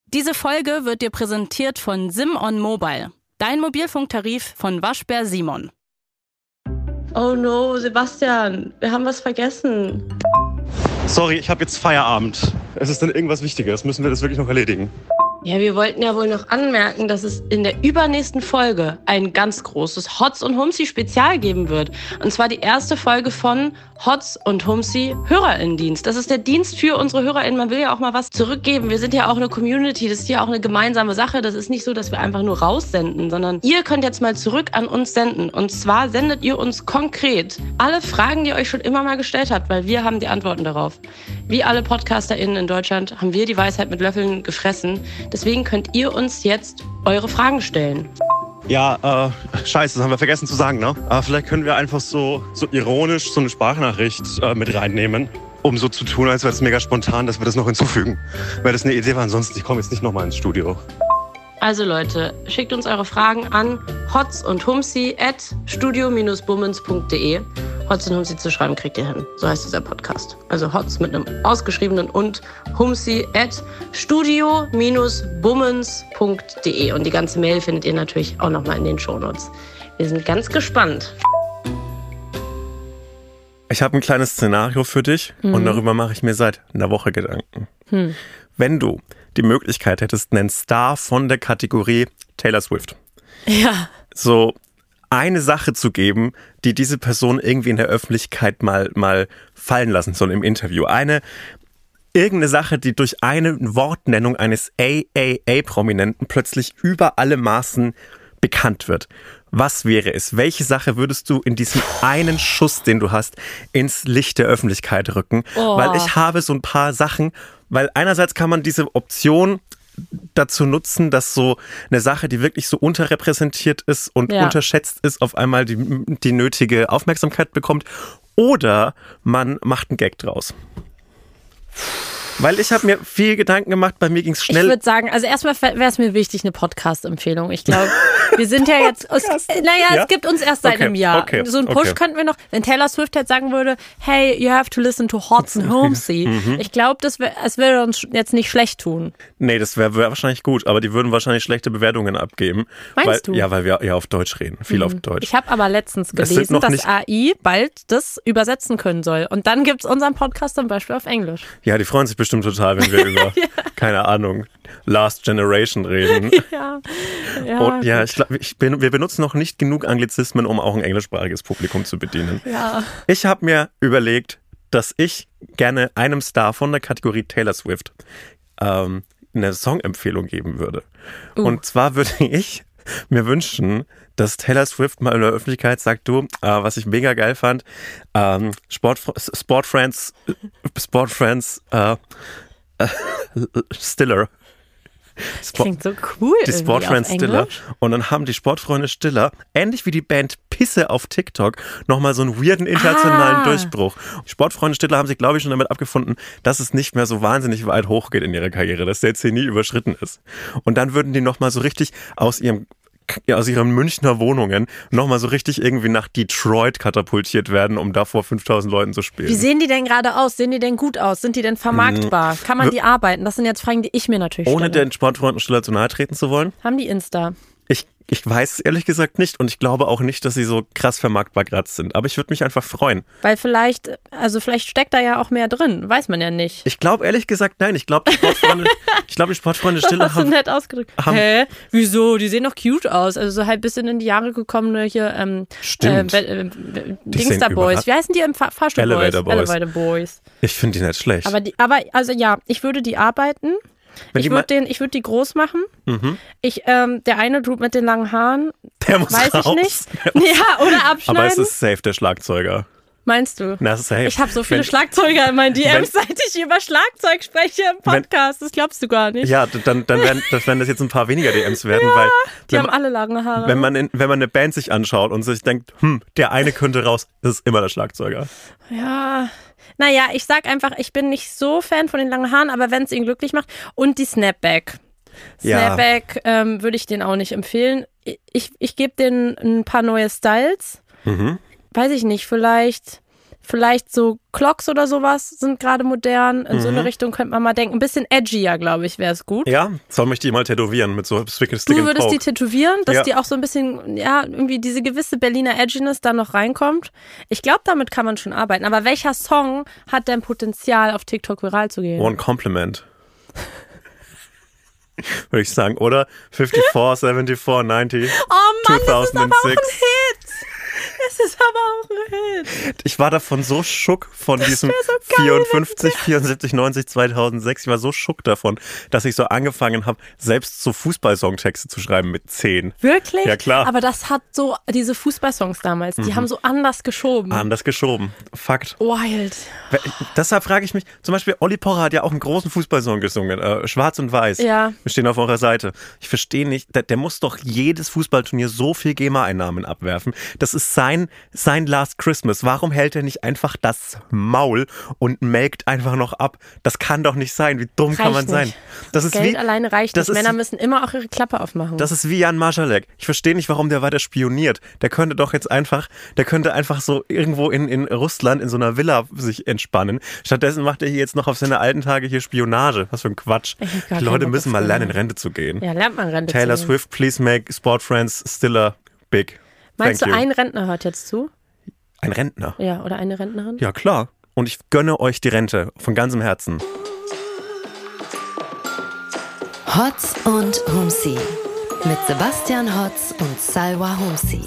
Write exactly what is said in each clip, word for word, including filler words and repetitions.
Diese Folge wird dir präsentiert von Sim on Mobile, dein Mobilfunktarif von Waschbär Simon. Oh no, Sebastian, wir haben was vergessen. Sorry, ich habe jetzt Feierabend. Es ist dann irgendwas Wichtiges. Müssen wir das wirklich noch erledigen? Ja, wir wollten ja wohl noch anmerken, dass es in der übernächsten Folge ein ganz großes Hotz und Humsi Spezial geben wird. Und zwar die erste Folge von Hotz und Humsi Hörerinnendienst. Das ist der Dienst für unsere HörerInnen. Man will ja auch mal was zurückgeben. Wir sind ja auch eine Community. Das ist ja auch eine gemeinsame Sache. Das ist nicht so, dass wir einfach nur raussenden, sondern ihr könnt jetzt mal zurück an uns senden. Und zwar sendet ihr uns konkret alle Fragen, die ihr euch schon immer mal gestellt habt, weil wir haben die Antworten darauf. Wie alle PodcasterInnen in Deutschland haben wir die Weisheit mit Löffeln gefressen. Deswegen könnt ihr uns jetzt eure Fragen stellen. Ja, äh, scheiße, das haben wir vergessen zu sagen, ne? Aber vielleicht können wir einfach so, so ironisch so eine Sprachnachricht äh, mit reinnehmen, um so zu tun, als wäre es mega spontan, dass wir das noch hinzufügen. Weil das eine Idee war, ansonsten, ich komme jetzt nicht nochmal ins Studio. Also Leute, schickt uns eure Fragen an hotz und humsi at studio Bindestrich bummens punkt de. Hotz und Humsi zu schreiben kriegt ihr hin. So heißt dieser Podcast. Also Hotz mit einem ausgeschriebenen und Humsi at studio Bindestrich bummens punkt de. Und die ganze Mail findet ihr natürlich auch nochmal in den Shownotes. Wir sind ganz gespannt. Ich habe ein kleines Szenario für dich Mhm. und darüber mache ich mir seit einer Woche Gedanken. Hm. Wenn du die Möglichkeit hättest, einen Star von der Kategorie Taylor Swift, Ja. so eine Sache zu geben, die diese Person irgendwie in der Öffentlichkeit mal, mal fallen lassen soll im Interview. Eine, irgendeine Sache, die durch eine Wortnennung eines A A A-Prominenten plötzlich über alle Maßen bekannt wird. Was wäre es? Welche Sache würdest du in diesem einen Schuss, den du hast, ins Licht der Öffentlichkeit rücken? Oh. Weil ich habe so ein paar Sachen, weil einerseits kann man diese Option dazu nutzen, dass so eine Sache, die wirklich so unterrepräsentiert ist und Ja. unterschätzt ist, auf einmal die, die nötige Aufmerksamkeit bekommt. Oder man macht einen Gag draus. Weil ich habe mir viel Gedanken gemacht, bei mir ging es schnell. Ich würde sagen, also erstmal wäre es mir wichtig, eine Podcast-Empfehlung. Ich glaube, wir sind ja jetzt, aus, naja, Ja? es gibt uns erst seit Okay, einem Jahr. okay, So einen Push okay. könnten wir noch, wenn Taylor Swift jetzt sagen würde, hey, you have to listen to Hotz and Humsi. Mhm. Ich glaube, das wär, es würde uns jetzt nicht schlecht tun. Nee, das wäre wär wahrscheinlich gut, aber die würden wahrscheinlich schlechte Bewertungen abgeben. Meinst weil, du? Ja, weil wir ja auf Deutsch reden, viel auf Deutsch. Ich habe aber letztens Es sind gelesen, noch dass nicht- A I bald das übersetzen können soll. Und dann gibt es unseren Podcast zum Beispiel auf Englisch. Ja, die freuen sich bestimmt total, wenn wir über, keine Ahnung, Last Generation reden. Ja, ja, Und ja, ich glaube, ich bin, wir benutzen noch nicht genug Anglizismen, um auch ein englischsprachiges Publikum zu bedienen. ja. Ich habe mir überlegt, dass ich gerne einem Star von der Kategorie Taylor Swift ähm, eine Songempfehlung geben würde. Uh. Und zwar würde ich mir wünschen, dass Taylor Swift mal in der Öffentlichkeit sagt, du, äh, was ich mega geil fand, ähm, Sport, Sport Friends, Sport Friends, äh, äh, Stiller. Sport, Klingt so cool. die irgendwie Sportfriends auf Stiller. Englisch. Und dann haben die Sportfreunde Stiller, ähnlich wie die Band Pisse auf TikTok, nochmal so einen weirden internationalen Ah. Durchbruch. Die Sportfreunde Stiller haben sich, glaube ich, schon damit abgefunden, dass es nicht mehr so wahnsinnig weit hochgeht in ihrer Karriere, dass der Ziel nie überschritten ist. Und dann würden die nochmal so richtig aus ihrem ja, aus ihren Münchner Wohnungen nochmal so richtig irgendwie nach Detroit katapultiert werden, um da vor fünftausend Leuten zu spielen. Wie sehen die denn gerade aus? Sehen die denn gut aus? Sind die denn vermarktbar? Kann man die arbeiten? Das sind jetzt Fragen, die ich mir natürlich Ohne stelle. den Sportfreunden Stiller zu nahe treten zu wollen? Haben die Insta? Ich, ich weiß es ehrlich gesagt nicht und ich glaube auch nicht, dass sie so krass vermarktbar gerade sind. Aber ich würde mich einfach freuen. Weil vielleicht, also vielleicht steckt da ja auch mehr drin. Weiß man ja nicht. Ich glaube ehrlich gesagt, nein. Ich glaube, die Sportfreunde, ich glaube, die Sportfreunde Stiller Hast du haben. nett ausgedrückt. haben- Hä? Wieso? Die sehen doch cute aus. Also so halt bisschen in die Jahre gekommene hier, ähm, Stimmt. Äh, äh, äh, Dingster sehen Boys. überra- Wie heißen die im Fa Fahrstuhl Elevator Boys? Boys. Elevator Boys. Ich finde die nicht schlecht. Aber die, aber also ja, ich würde die arbeiten. Wenn Ich die mal- würde den, ich würde die groß machen. Mhm. Ich, ähm, der eine Dude mit den langen Haaren, Der muss weiß raus. ich nicht. Ja, oder abschneiden. Aber es ist safe der Schlagzeuger. Meinst du? Na, safe. Ich habe so viele Wenn- Schlagzeuger in meinen D Ms, wenn- seit ich über Schlagzeug spreche im Podcast. Das glaubst du gar nicht. Ja, dann, dann werden, das werden das jetzt ein paar weniger D Ms werden, weil Die wenn haben man, alle lange Haare. wenn, man in, wenn man eine Band sich anschaut und sich denkt, hm, der eine könnte raus, das ist immer der Schlagzeuger. Ja, naja, ich sag einfach, ich bin nicht so Fan von den langen Haaren, aber wenn es ihn glücklich macht. Und die Snapback. Ja. Snapback ähm, würde ich den auch nicht empfehlen. Ich, ich, ich gebe denen ein paar neue Styles. Mhm. Weiß ich nicht, vielleicht, Vielleicht so Clocks oder sowas sind gerade modern. In mhm. so eine Richtung könnte man mal denken. Ein bisschen edgier, glaube ich, wäre es gut. Ja, soll ich die mal tätowieren mit so Stick and Poke. Du würdest die tätowieren, dass ja. die auch so ein bisschen, ja, irgendwie diese gewisse Berliner Edginess da noch reinkommt. Ich glaube, damit kann man schon arbeiten. Aber welcher Song hat denn Potenzial, auf TikTok viral zu gehen? One Compliment. Würde ich sagen, oder? vierundfünfzig, vierundsiebzig, neunzig, oh Mann, zweitausendsechs. Das ist aber auch ein Hit. Es ist aber auch ein Hit. Ich war davon so schock von das diesem so geil, vierundfünfzig, vierundsiebzig, neunzig, zweitausendsechs. Ich war so schock davon, dass ich so angefangen habe, selbst so Fußballsongtexte zu schreiben mit zehn. Wirklich? Ja, klar. Aber das hat so, diese Fußballsongs damals, die mhm. haben so anders geschoben. Anders geschoben. Fakt. Wild. Deshalb frage ich mich, zum Beispiel Olli Pocher hat ja auch einen großen Fußballsong gesungen, äh, Schwarz und Weiß. Ja. Wir stehen auf eurer Seite. Ich verstehe nicht, der, der muss doch jedes Fußballturnier so viel GEMA-Einnahmen abwerfen. Das ist sein, sein Last Christmas. Warum hält er nicht einfach das Maul und melkt einfach noch ab? Das kann doch nicht sein. Wie dumm reicht kann man nicht sein? Das ist Geld wie, alleine reicht nicht. Ist, Männer müssen immer auch ihre Klappe aufmachen. Das ist wie Jan Marschalek. Ich verstehe nicht, warum der weiter spioniert. Der könnte doch jetzt einfach, der könnte einfach so irgendwo in, in Russland in so einer Villa sich entspannen. Stattdessen macht er hier jetzt noch auf seine alten Tage hier Spionage. Was für ein Quatsch. Die Leute müssen mal lernen, in Rente zu gehen. Ja, lernt man Rente Taylor zu gehen. Swift, please make Sport Friends Stiller big. Meinst Thank du, you. ein Rentner hört jetzt zu? Ein Rentner? Ja, oder eine Rentnerin? Ja, klar. Und ich gönne euch die Rente von ganzem Herzen. Hotz und Humsi mit Sebastian Hotz und Salwa Humsi.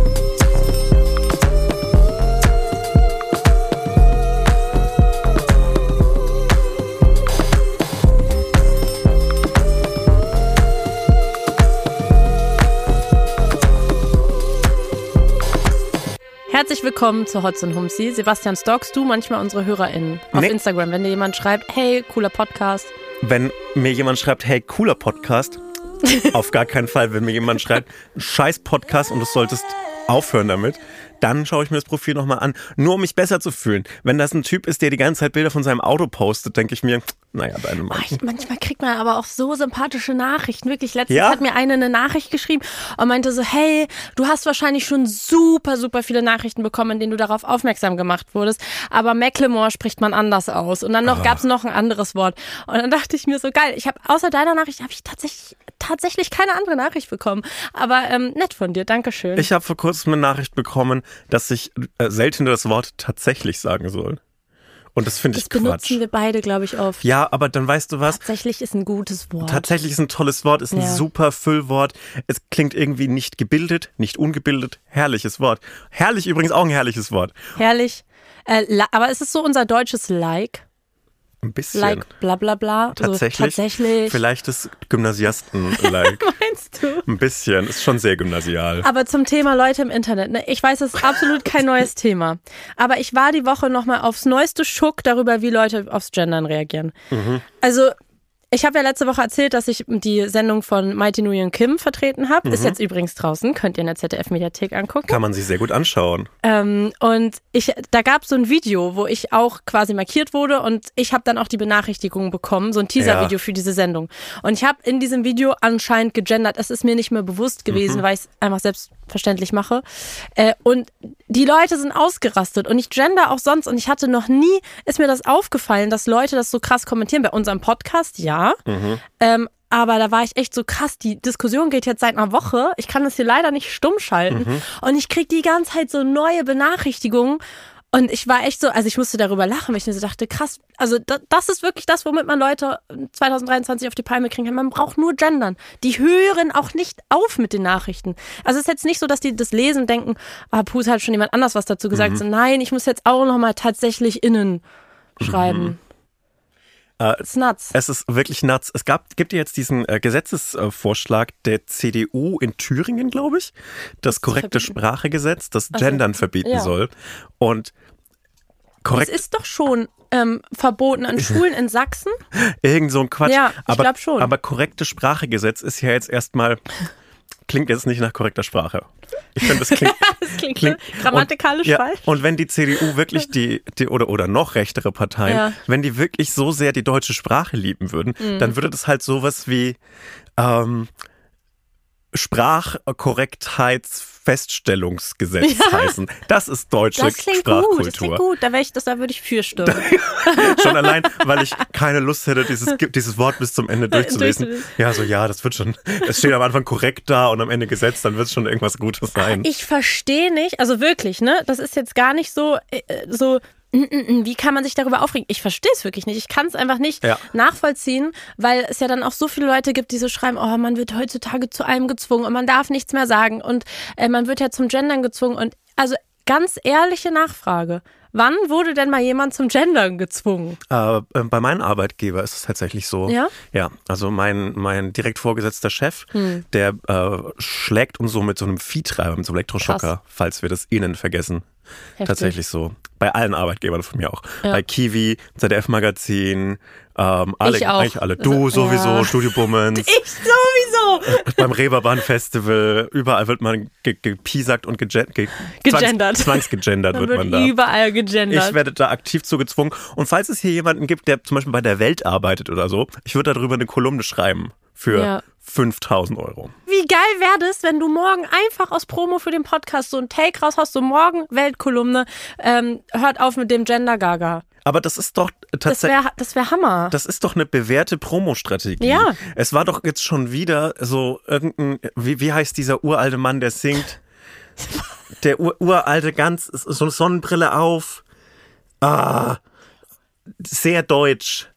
Herzlich willkommen zu Hotz und Humsi. Sebastian, stalkst du manchmal unsere HörerInnen auf nee. Instagram, wenn dir jemand schreibt, hey, cooler Podcast? Wenn mir jemand schreibt, hey, cooler Podcast, auf gar keinen Fall. Wenn mir jemand schreibt, scheiß Podcast und du solltest aufhören damit, dann schaue ich mir das Profil nochmal an, nur um mich besser zu fühlen. Wenn das ein Typ ist, der die ganze Zeit Bilder von seinem Auto postet, denke ich mir, naja, deine Mann. Oh, manchmal kriegt man aber auch so sympathische Nachrichten. Wirklich, letztens ja? hat mir eine eine Nachricht geschrieben und meinte so, hey, du hast wahrscheinlich schon super, super viele Nachrichten bekommen, in denen du darauf aufmerksam gemacht wurdest, aber Macklemore spricht man anders aus. Und dann noch, oh. gab es noch ein anderes Wort. Und dann dachte ich mir so, geil, ich habe außer deiner Nachricht habe ich tatsächlich, tatsächlich keine andere Nachricht bekommen. Aber ähm, nett von dir, Dankeschön. Ich habe vor kurzem eine Nachricht bekommen, dass ich äh, selten das Wort tatsächlich sagen soll. Und das finde ich Quatsch. Das benutzen wir beide, glaube ich, oft. Ja, aber dann weißt du was? Tatsächlich ist ein gutes Wort. Tatsächlich ist ein tolles Wort, ist ein ja. super Füllwort. Es klingt irgendwie nicht gebildet, nicht ungebildet. Herrliches Wort. Herrlich übrigens auch ein herrliches Wort. Herrlich. Äh, aber ist es so unser deutsches Like? Ein bisschen. Like bla bla bla. Tatsächlich. So, tatsächlich. Vielleicht das Gymnasiasten-Like. Meinst du? Ein bisschen. Ist schon sehr gymnasial. Aber zum Thema Leute im Internet. Ne? Ich weiß, es ist absolut kein neues Thema. Aber ich war die Woche nochmal aufs neueste Schock darüber, wie Leute aufs Gendern reagieren. Mhm. Also ich habe ja letzte Woche erzählt, dass ich die Sendung von Mighty Nguyen Kim vertreten habe. Mhm. Ist jetzt übrigens draußen. Könnt ihr in der Z D F-Mediathek angucken. Kann man sich sehr gut anschauen. Ähm, und ich, da gab es so ein Video, wo ich auch quasi markiert wurde und ich habe dann auch die Benachrichtigung bekommen, so ein Teaser-Video ja. für diese Sendung. Und ich habe in diesem Video anscheinend gegendert. Es ist mir nicht mehr bewusst gewesen, mhm. weil ich es einfach selbstverständlich mache. Äh, und die Leute sind ausgerastet und ich gender auch sonst und ich hatte noch nie, ist mir das aufgefallen, dass Leute das so krass kommentieren. Bei unserem Podcast, ja. Mhm. Ähm, aber da war ich echt so krass, die Diskussion geht jetzt seit einer Woche. Ich kann das hier leider nicht stumm schalten. Mhm. Und ich krieg die ganze Zeit so neue Benachrichtigungen. Und ich war echt so, also ich musste darüber lachen, weil ich mir so dachte, krass, also das, das ist wirklich das, womit man Leute zwanzig dreiundzwanzig auf die Palme kriegen kann. Man braucht nur gendern. Die hören auch nicht auf mit den Nachrichten. Also es ist jetzt nicht so, dass die das lesen und denken, ah, puh, hat schon jemand anders was dazu gesagt. Mhm. So, nein, ich muss jetzt auch nochmal tatsächlich innen schreiben. Mhm. Äh, es ist nuts. Es ist wirklich nuts. Es gab, gibt ja jetzt diesen äh, Gesetzesvorschlag der C D U in Thüringen, glaube ich, das, das korrekte Sprachegesetz, das Gendern also, verbieten ja. soll. Und korrekt. Es ist doch schon ähm, verboten an Schulen in Sachsen. Irgend so ein Quatsch. Ja, ich glaube schon. Aber korrekte Sprachegesetz ist ja jetzt erstmal, klingt jetzt nicht nach korrekter Sprache. Ich finde, das klingt, das klingt, klingt grammatikalisch und, ja, falsch. Und wenn die C D U wirklich die, die oder, oder noch rechtere Parteien, ja. wenn die wirklich so sehr die deutsche Sprache lieben würden, mhm. dann würde das halt sowas wie ähm, Sprachkorrektheitsfeststellungsgesetz Ja. heißen. Das ist deutsche Das klingt Sprachkultur. gut, das klingt gut. Da, wär ich, das, da würde ich für stimmen. Schon allein, weil ich keine Lust hätte, dieses, dieses Wort bis zum Ende durchzulesen. Durchzulesen. Ja, so ja, das wird schon, es steht am Anfang korrekt da und am Ende gesetzt, dann wird es schon irgendwas Gutes sein. Ich verstehe nicht, also wirklich, ne? Das ist jetzt gar nicht so, äh, so, mm, mm, mm, wie kann man sich darüber aufregen? Ich verstehe es wirklich nicht. Ich kann es einfach nicht Ja. nachvollziehen, weil es ja dann auch so viele Leute gibt, die so schreiben, oh, man wird heutzutage zu allem gezwungen und man darf nichts mehr sagen und äh, man wird ja zum Gendern gezwungen. Und also ganz ehrliche Nachfrage. Wann wurde denn mal jemand zum Gendern gezwungen? Äh, äh, bei meinem Arbeitgeber ist es tatsächlich so. Ja? Ja, also mein, mein direkt vorgesetzter Chef, Hm. der äh, schlägt uns so mit so einem Viehtreiber, mit so einem Elektroschocker, Krass. falls wir das innen vergessen. Heftig. Tatsächlich so. Bei allen Arbeitgebern von mir auch. Ja. Bei Kiwi, Z D F-Magazin, ähm, alle, Ich auch. eigentlich alle. Du Also, sowieso, ja. Studio Bummens, Ich sowieso! beim Reeperbahn Festival, überall wird man ge- gepiesackt und gegen- ge- Gegendert. Zwangs, zwangsgegendert Da wird wird man da. überall gegendert. Ich werde da aktiv zu gezwungen. Und falls es hier jemanden gibt, der zum Beispiel bei der Welt arbeitet oder so, ich würde darüber eine Kolumne schreiben für Ja. fünftausend Euro. Wie geil wäre das, wenn du morgen einfach aus Promo für den Podcast so ein Take raushaust, so morgen Weltkolumne, ähm, hört auf mit dem Gender Gaga. Aber das ist doch Das tatsächlich... wäre das wär Hammer. Das ist doch eine bewährte Promostrategie. Ja. Es war doch jetzt schon wieder so irgendein, wie, wie heißt dieser uralte Mann, der singt? Der ur, uralte, ganz, so eine Sonnenbrille auf. Ah, sehr deutsch.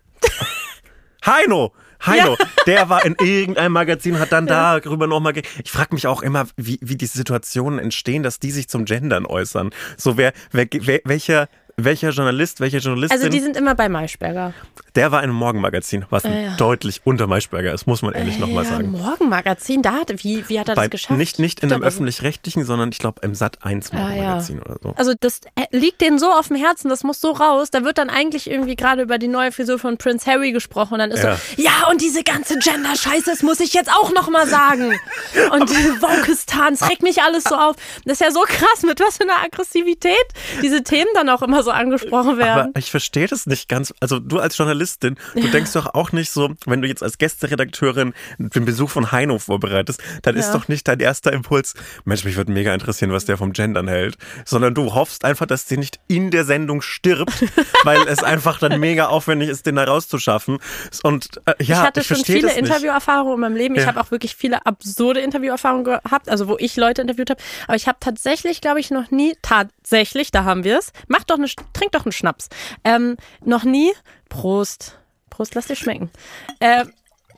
Heino! Heino, der war in irgendeinem Magazin, hat dann darüber nochmal... Ge- ich frage mich auch immer, wie, wie diese Situationen entstehen, dass die sich zum Gendern äußern. So, wer, wer, wer welcher... Welcher Journalist, welche Journalistin, Also die sind immer bei Maischberger. der war in einem Morgenmagazin, was Ah, ja. deutlich unter Maischberger ist, muss man ehrlich nochmal ja, sagen. Morgenmagazin, da hat, wie, wie hat er Bei, das geschafft? nicht, nicht in einem Aber so- öffentlich-rechtlichen, sondern ich glaube im Sat eins Ah, ja. Morgenmagazin oder so. Also das äh, liegt denen so auf dem Herzen, das muss so raus. Da wird dann eigentlich irgendwie gerade über die neue Frisur von Prince Harry gesprochen und dann ist Ja. so, ja und diese ganze Gender-Scheiße, das muss ich jetzt auch nochmal sagen. Und diese Wokistan, es regt mich alles so auf. Das ist ja so krass, mit was für einer Aggressivität diese Themen dann auch immer so angesprochen werden. Aber ich verstehe das nicht ganz. Also du als Journalistin, du denkst doch auch nicht so, wenn du jetzt als Gästeredakteurin den Besuch von Heino vorbereitest, dann ist Ja. doch nicht dein erster Impuls, Mensch, mich würde mega interessieren, was der vom Gendern hält. Sondern du hoffst einfach, dass der nicht in der Sendung stirbt, weil es einfach dann mega aufwendig ist, den da rauszuschaffen. Und äh, ja, ich hatte ich schon verstehe viele das nicht. Interviewerfahrungen in meinem Leben. Ich Ja. habe auch wirklich viele absurde Interviewerfahrungen gehabt, also wo ich Leute interviewt habe. Aber ich habe tatsächlich, glaube ich, noch nie, tatsächlich, da haben wir es, mach doch eine, trink doch einen Schnaps. Ähm, noch nie, Prost, Prost, lass dir schmecken. Ähm,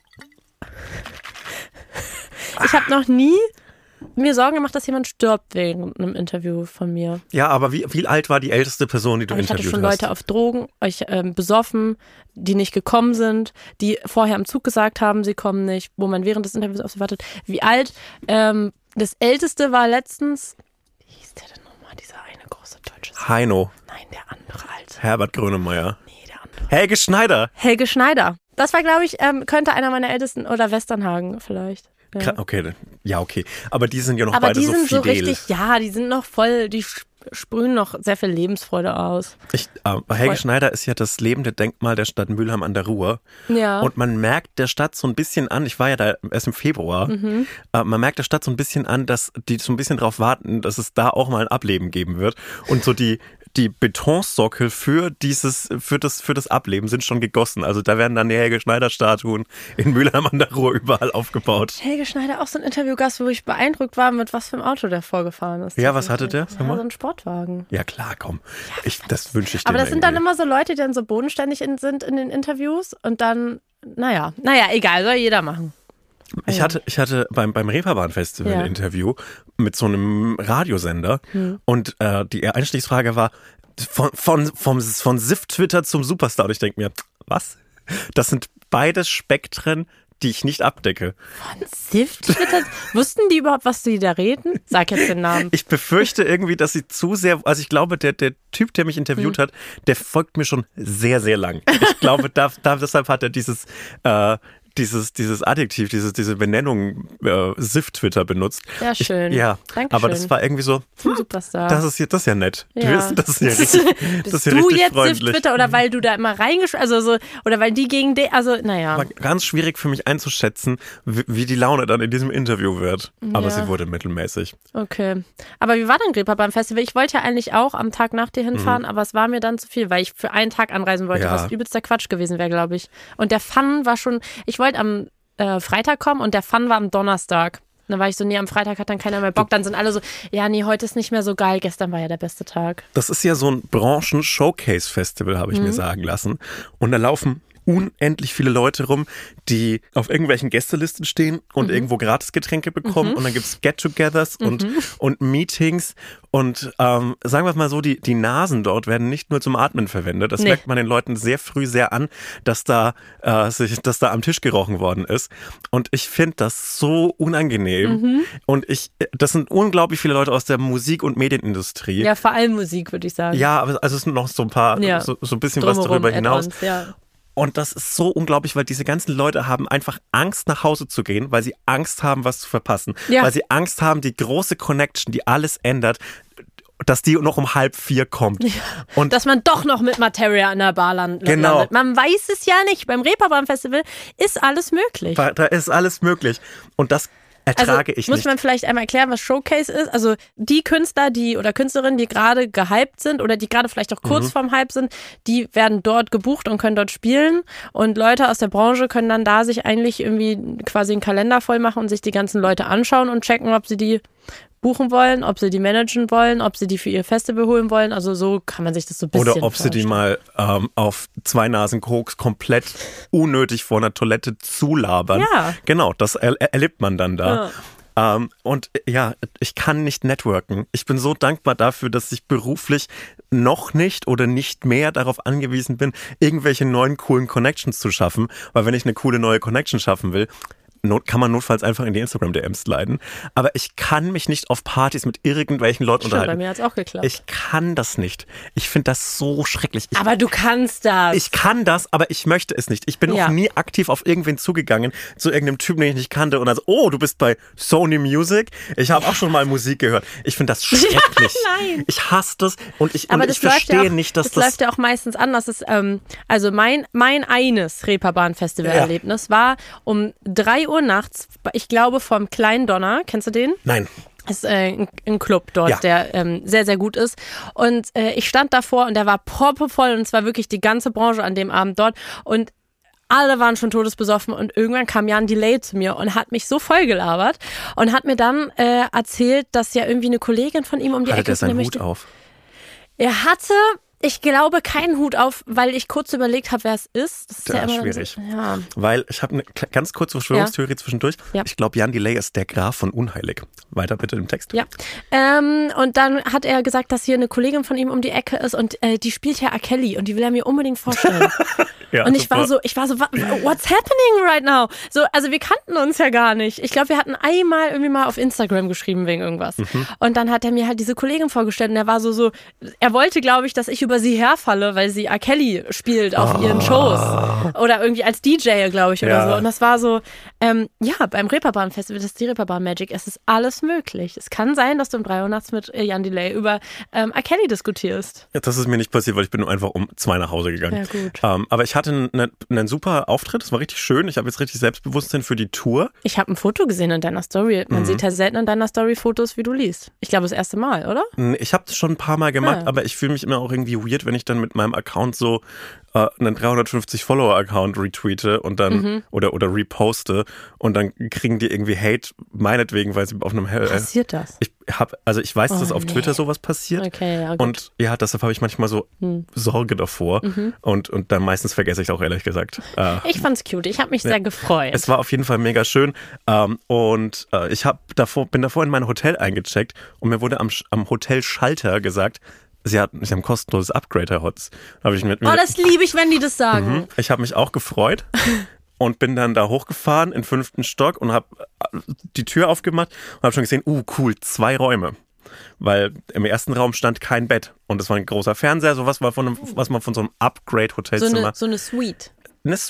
ich habe noch nie mir Sorgen gemacht, dass jemand stirbt wegen einem Interview von mir. Ja, aber wie, wie alt war die älteste Person, die du Aber ich hatte interviewt schon hast? Leute auf Drogen, euch ähm, besoffen, die nicht gekommen sind, die vorher am Zug gesagt haben, sie kommen nicht, wo man während des Interviews auf sie wartet. Wie alt? Ähm, das Älteste war letztens, wie hieß der denn nochmal, dieser eine große deutsche Sänger? Heino, Nein, der andere alte. Herbert Grönemeyer, Nee, der andere. Helge Schneider. Helge Schneider. Das war, glaube ich, ähm, könnte einer meiner Ältesten, oder Westernhagen vielleicht. Ja. Kra- Okay, ja, okay. Aber die sind ja noch Aber beide die so sind so fidel. richtig, ja, die sind noch voll, die sp- sprühen noch sehr viel Lebensfreude aus. Ich, äh, Helge Voll. Schneider ist ja das lebende Denkmal der Stadt Mülheim an der Ruhr. Ja. Und man merkt der Stadt so ein bisschen an, ich war ja da erst im Februar, Mhm. äh, man merkt der Stadt so ein bisschen an, dass die so ein bisschen drauf warten, dass es da auch mal ein Ableben geben wird. Und so die, die Betonsockel für dieses, für das, für das Ableben sind schon gegossen. Also da werden dann die Helge Schneider-Statuen in Mülheim an der Ruhr überall aufgebaut. Helge Schneider, auch so ein Interviewgast, wo ich beeindruckt war, mit was für einem Auto der vorgefahren ist. Ja, was hatte der? Sag Ja, mal. so ein Sportwagen. Ja klar, komm. Ich, das wünsche ich dir. Aber das sind dann immer so Leute, die dann so bodenständig in, sind in den Interviews und dann, naja, naja, egal, soll jeder machen. Ich hatte, ich hatte beim, beim Reeperbahn-Festival Ja. ein Interview mit so einem Radiosender und äh, die Einstiegsfrage war von, von, vom, von Sift-Twitter zum Superstar. Und ich denke mir, was? Das sind beides Spektren, die ich nicht abdecke. Von Sift Twitter? Wussten die überhaupt, was die da reden? Sag jetzt den Namen. Ich befürchte irgendwie, dass sie zu sehr, also ich glaube, der, der Typ, der mich interviewt hat, der folgt mir schon sehr, sehr lang. Ich glaube, da, da, deshalb hat er dieses, äh, dieses, dieses Adjektiv, dieses, diese Benennung äh, S I F-Twitter benutzt. Ja, schön. Ich, ja, Dankeschön. aber das war irgendwie so, Zum Superstar. das ist, das ist ja nett. Ja. Das ist ja richtig, das ist ja du richtig jetzt freundlich. Twitter oder weil du da immer reingesch... Also so, oder weil die gegen den... Also, naja. War ganz schwierig für mich einzuschätzen, wie, wie die Laune dann in diesem Interview wird. Aber Ja. sie wurde mittelmäßig. Okay. Aber wie war denn Reeperbahn Festival? Ich wollte ja eigentlich auch am Tag nach dir hinfahren, aber es war mir dann zu viel, weil ich für einen Tag anreisen wollte, Ja. was übelster Quatsch gewesen wäre, glaube ich. Und der Fun war schon... Ich wollte am äh, Freitag kommen und der Fun war am Donnerstag. Und dann war ich so, nee, am Freitag hat dann keiner mehr Bock. Dann sind alle so, ja, nee, heute ist nicht mehr so geil. Gestern war ja der beste Tag. Das ist ja so ein Branchen-Showcase-Festival, habe ich Mhm. mir sagen lassen. Und da laufen unendlich viele Leute rum, die auf irgendwelchen Gästelisten stehen und Mhm. irgendwo Gratisgetränke bekommen. Mhm. Und dann gibt's Get-togethers und, Mhm. und Meetings. Und ähm, sagen wir mal so, die, die Nasen dort werden nicht nur zum Atmen verwendet. Das Nee. merkt man den Leuten sehr früh sehr an, dass da, äh, sich, dass da am Tisch gerochen worden ist. Und ich finde das so unangenehm. Mhm. Und ich, das sind unglaublich viele Leute aus der Musik- und Medienindustrie. Ja, vor allem Musik, würde ich sagen. Ja, aber also es sind noch so ein paar, Ja. so, so ein bisschen was Drumherum, darüber hinaus. Add-ons, ja. Und das ist so unglaublich, weil diese ganzen Leute haben einfach Angst, nach Hause zu gehen, weil sie Angst haben, was zu verpassen. Ja. Weil sie Angst haben, die große Connection, die alles ändert, dass die noch um halb vier kommt. Und Dass man doch noch mit Materia an der Bar land- Genau. landet. Man weiß es ja nicht. Beim Reeperbahn Festival ist alles möglich. da, da ist alles möglich. Und das ertrage also, ich muss nicht. man vielleicht einmal erklären, was Showcase ist? Also die Künstler, die oder Künstlerinnen, die gerade gehypt sind oder die gerade vielleicht auch kurz Mhm. vorm Hype sind, die werden dort gebucht und können dort spielen. Und Leute aus der Branche können dann da sich eigentlich irgendwie quasi einen Kalender voll machen und sich die ganzen Leute anschauen und checken, ob sie die buchen wollen, ob sie die managen wollen, ob sie die für ihr Festival holen wollen. Also so kann man sich das so ein bisschen Oder ob sie die mal ähm, auf zwei Nasen Koks komplett unnötig vor einer Toilette zulabern. Ja. Genau, das er erlebt man dann da. Ja. Ähm, und äh, ja, ich kann nicht networken. Ich bin so dankbar dafür, dass ich beruflich noch nicht oder nicht mehr darauf angewiesen bin, irgendwelche neuen coolen Connections zu schaffen. Weil wenn ich eine coole neue Connection schaffen will, Not, kann man notfalls einfach in die Instagram-D Ms leiten. Aber ich kann mich nicht auf Partys mit irgendwelchen Leuten Stimmt, bei unterhalten. mir hat es auch geklappt. Ich kann das nicht. Ich finde das so schrecklich. Ich, aber du kannst das. ich kann das, aber ich möchte es nicht. Ich bin Ja. noch nie aktiv auf irgendwen zugegangen, zu irgendeinem Typen, den ich nicht kannte und also, oh, du bist bei Sony Music. Ich habe auch schon mal Musik gehört. Ich finde das schrecklich. Nein. Ich hasse das und ich, Aber und das ich läuft verstehe ja auch, nicht, dass das, das... läuft ja auch meistens anders. Das ist, ähm, also mein, mein eines Reeperbahn-Festival-Erlebnis war um drei Uhr nachts, ich glaube vom Kleinen Donner, kennst du den? Nein. Ist äh, ein, ein Club dort, Ja. der ähm, sehr, sehr gut ist. Und äh, ich stand davor und der war proppevoll und es war wirklich die ganze Branche an dem Abend dort. Und alle waren schon todesbesoffen und irgendwann kam Jan Delay zu mir und hat mich so voll gelabert und hat mir dann äh, erzählt, dass ja irgendwie eine Kollegin von ihm um die Hatte Ecke der ist. und seinen er Hut möchte- auf? Er hatte, ich glaube, keinen Hut auf, weil ich kurz überlegt habe, wer es ist. Das ist ja, Ja, immer schwierig. So, ja. Weil ich habe eine kle- ganz kurze Verschwörungstheorie zwischendurch. Ja. Ich glaube, Jan Delay ist der Graf von Unheilig. Weiter bitte im Text. Ja, ähm, und dann hat er gesagt, dass hier eine Kollegin von ihm um die Ecke ist und äh, die spielt ja R. Kelly und die will er mir unbedingt vorstellen. Ja, und ich super. war so, ich war so, wa- what's happening right now? So, also wir kannten uns ja gar nicht. Ich glaube, wir hatten einmal irgendwie mal auf Instagram geschrieben wegen irgendwas. Mhm. Und dann hat er mir halt diese Kollegin vorgestellt und er war so, so, er wollte, glaube ich, dass ich über sie herfalle, weil sie R. Kelly spielt auf Oh. ihren Shows. Oder irgendwie als D J, glaube ich, oder Ja. so. Und das war so, ähm, ja, beim Reeperbahn Festival, das ist die Reeperbahn Magic, es ist alles möglich. Es kann sein, dass du um drei Uhr nachts mit äh, Jan Delay über ähm, R. Kelly diskutierst. Ja, das ist mir nicht passiert, weil ich bin einfach um zwei nach Hause gegangen. Ja, gut. Ähm, aber ich hatte einen, einen super Auftritt, es war richtig schön. Ich habe jetzt richtig Selbstbewusstsein für die Tour. Ich habe ein Foto gesehen in deiner Story. Man Mhm. sieht ja selten in deiner Story Fotos, wie du liest. Ich glaube, das erste Mal, oder? Ich habe das schon ein paar Mal gemacht, Ah. aber ich fühle mich immer auch irgendwie weird, wenn ich dann mit meinem Account so äh, einen dreihundertfünfzig Follower-Account retweete und dann Mhm. oder oder reposte und dann kriegen die irgendwie Hate, meinetwegen, weil sie auf einem Hell. Passiert das? Ich habe, also ich weiß, Oh, dass auf nee. Twitter sowas passiert. Okay, ja, gut. Und ja, deshalb habe ich manchmal so Hm. Sorge davor. Mhm. Und, und dann meistens vergesse ich es auch, ehrlich gesagt. Äh, Ich fand's cute. Ich habe mich Ja. sehr gefreut. Es war auf jeden Fall mega schön. Ähm, und äh, ich hab davor, bin davor in mein Hotel eingecheckt und mir wurde am, Sch- am Hotelschalter gesagt, sie, hat, sie haben ein kostenloses Upgrade, Herr Hotz. Hab ich mit mir, Oh, das liebe ich, wenn die das sagen. Mhm. Ich habe mich auch gefreut und bin dann da hochgefahren in fünften Stock und habe die Tür aufgemacht und habe schon gesehen, uh, cool, zwei Räume. Weil im ersten Raum stand kein Bett und es war ein großer Fernseher, sowas war von einem, was man von so einem So Upgrade-Hotelzimmer. eine, so eine Suite. Eine Suite.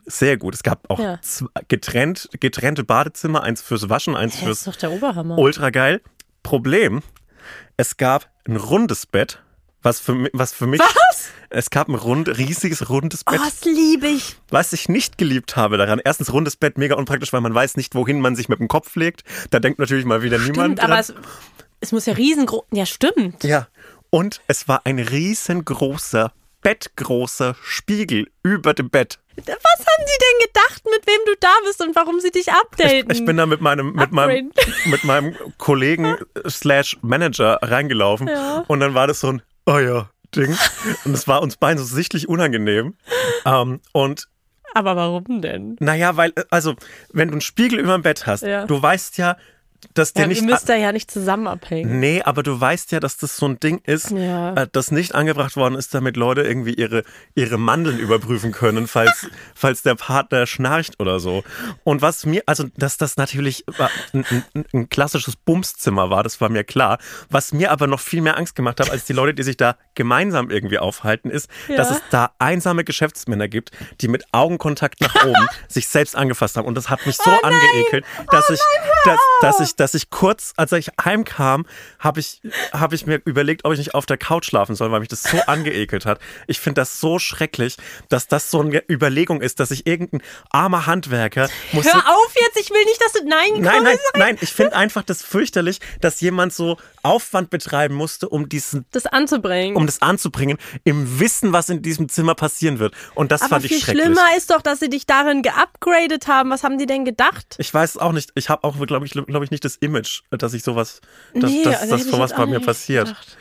Sehr gut. Es gab auch Ja. zwei, getrennt, getrennte Badezimmer, eins fürs Waschen, eins Hä, fürs ist doch der Oberhammer. ultra geil. Problem, es gab ein rundes Bett, was für, mi- was für mich... Was? Es gab ein rund, riesiges rundes Bett. Oh, das liebe ich. Was ich nicht geliebt habe daran, erstens rundes Bett, mega unpraktisch, weil man weiß nicht, wohin man sich mit dem Kopf legt. Da denkt natürlich mal wieder niemand Stimmt, aber dran. es, es muss ja riesengroß... Ja, stimmt. Ja, und es war ein riesengroßer, bettgroßer Spiegel über dem Bett. Was haben sie denn gedacht, mit wem du da bist und warum sie dich updaten? Ich, ich bin da mit meinem, mit meinem, Upgrade. mit meinem Kollegen slash Manager reingelaufen Ja. und dann war das so ein, oh ja, Ding. Und es war uns beiden so sichtlich unangenehm. Ähm, und Aber warum denn? naja, weil, also, wenn du einen Spiegel über dem Bett hast, Ja. du weißt ja, dass der Ja, nicht... ihr müsst da ja nicht zusammen abhängen. Nee, aber du weißt ja, dass das so ein Ding ist, Ja. äh, das nicht angebracht worden ist, damit Leute irgendwie ihre, ihre Mandeln überprüfen können, falls, falls der Partner schnarcht oder so. Und was mir, also dass das natürlich ein, ein, ein klassisches Bumszimmer war, das war mir klar. Was mir aber noch viel mehr Angst gemacht hat, als die Leute, die sich da gemeinsam irgendwie aufhalten, ist, Ja. dass es da einsame Geschäftsmänner gibt, die mit Augenkontakt nach oben sich selbst angefasst haben. Und das hat mich so angeekelt, dass ich, dass, dass ich dass ich kurz, als ich heimkam, habe ich, hab ich mir überlegt, ob ich nicht auf der Couch schlafen soll, weil mich das so angeekelt hat. Ich finde das so schrecklich, dass das so eine Überlegung ist, dass ich irgendein armer Handwerker muss. Hör auf jetzt, ich will nicht, dass du... Nein, Nein, komm, nein, nein, ich finde einfach das fürchterlich, dass jemand so Aufwand betreiben musste, um diesen, das anzubringen. um das anzubringen, im Wissen, was in diesem Zimmer passieren wird. Und das Aber fand ich viel schrecklich. schlimmer ist doch, dass sie dich darin geupgradet haben. Was haben die denn gedacht? Ich weiß es auch nicht. Ich habe auch, glaube ich, glaube ich, nicht das Image, dass ich sowas, dass, Nee, dass, also dass hätte ich sowas jetzt bei auch mir nicht passiert. gedacht.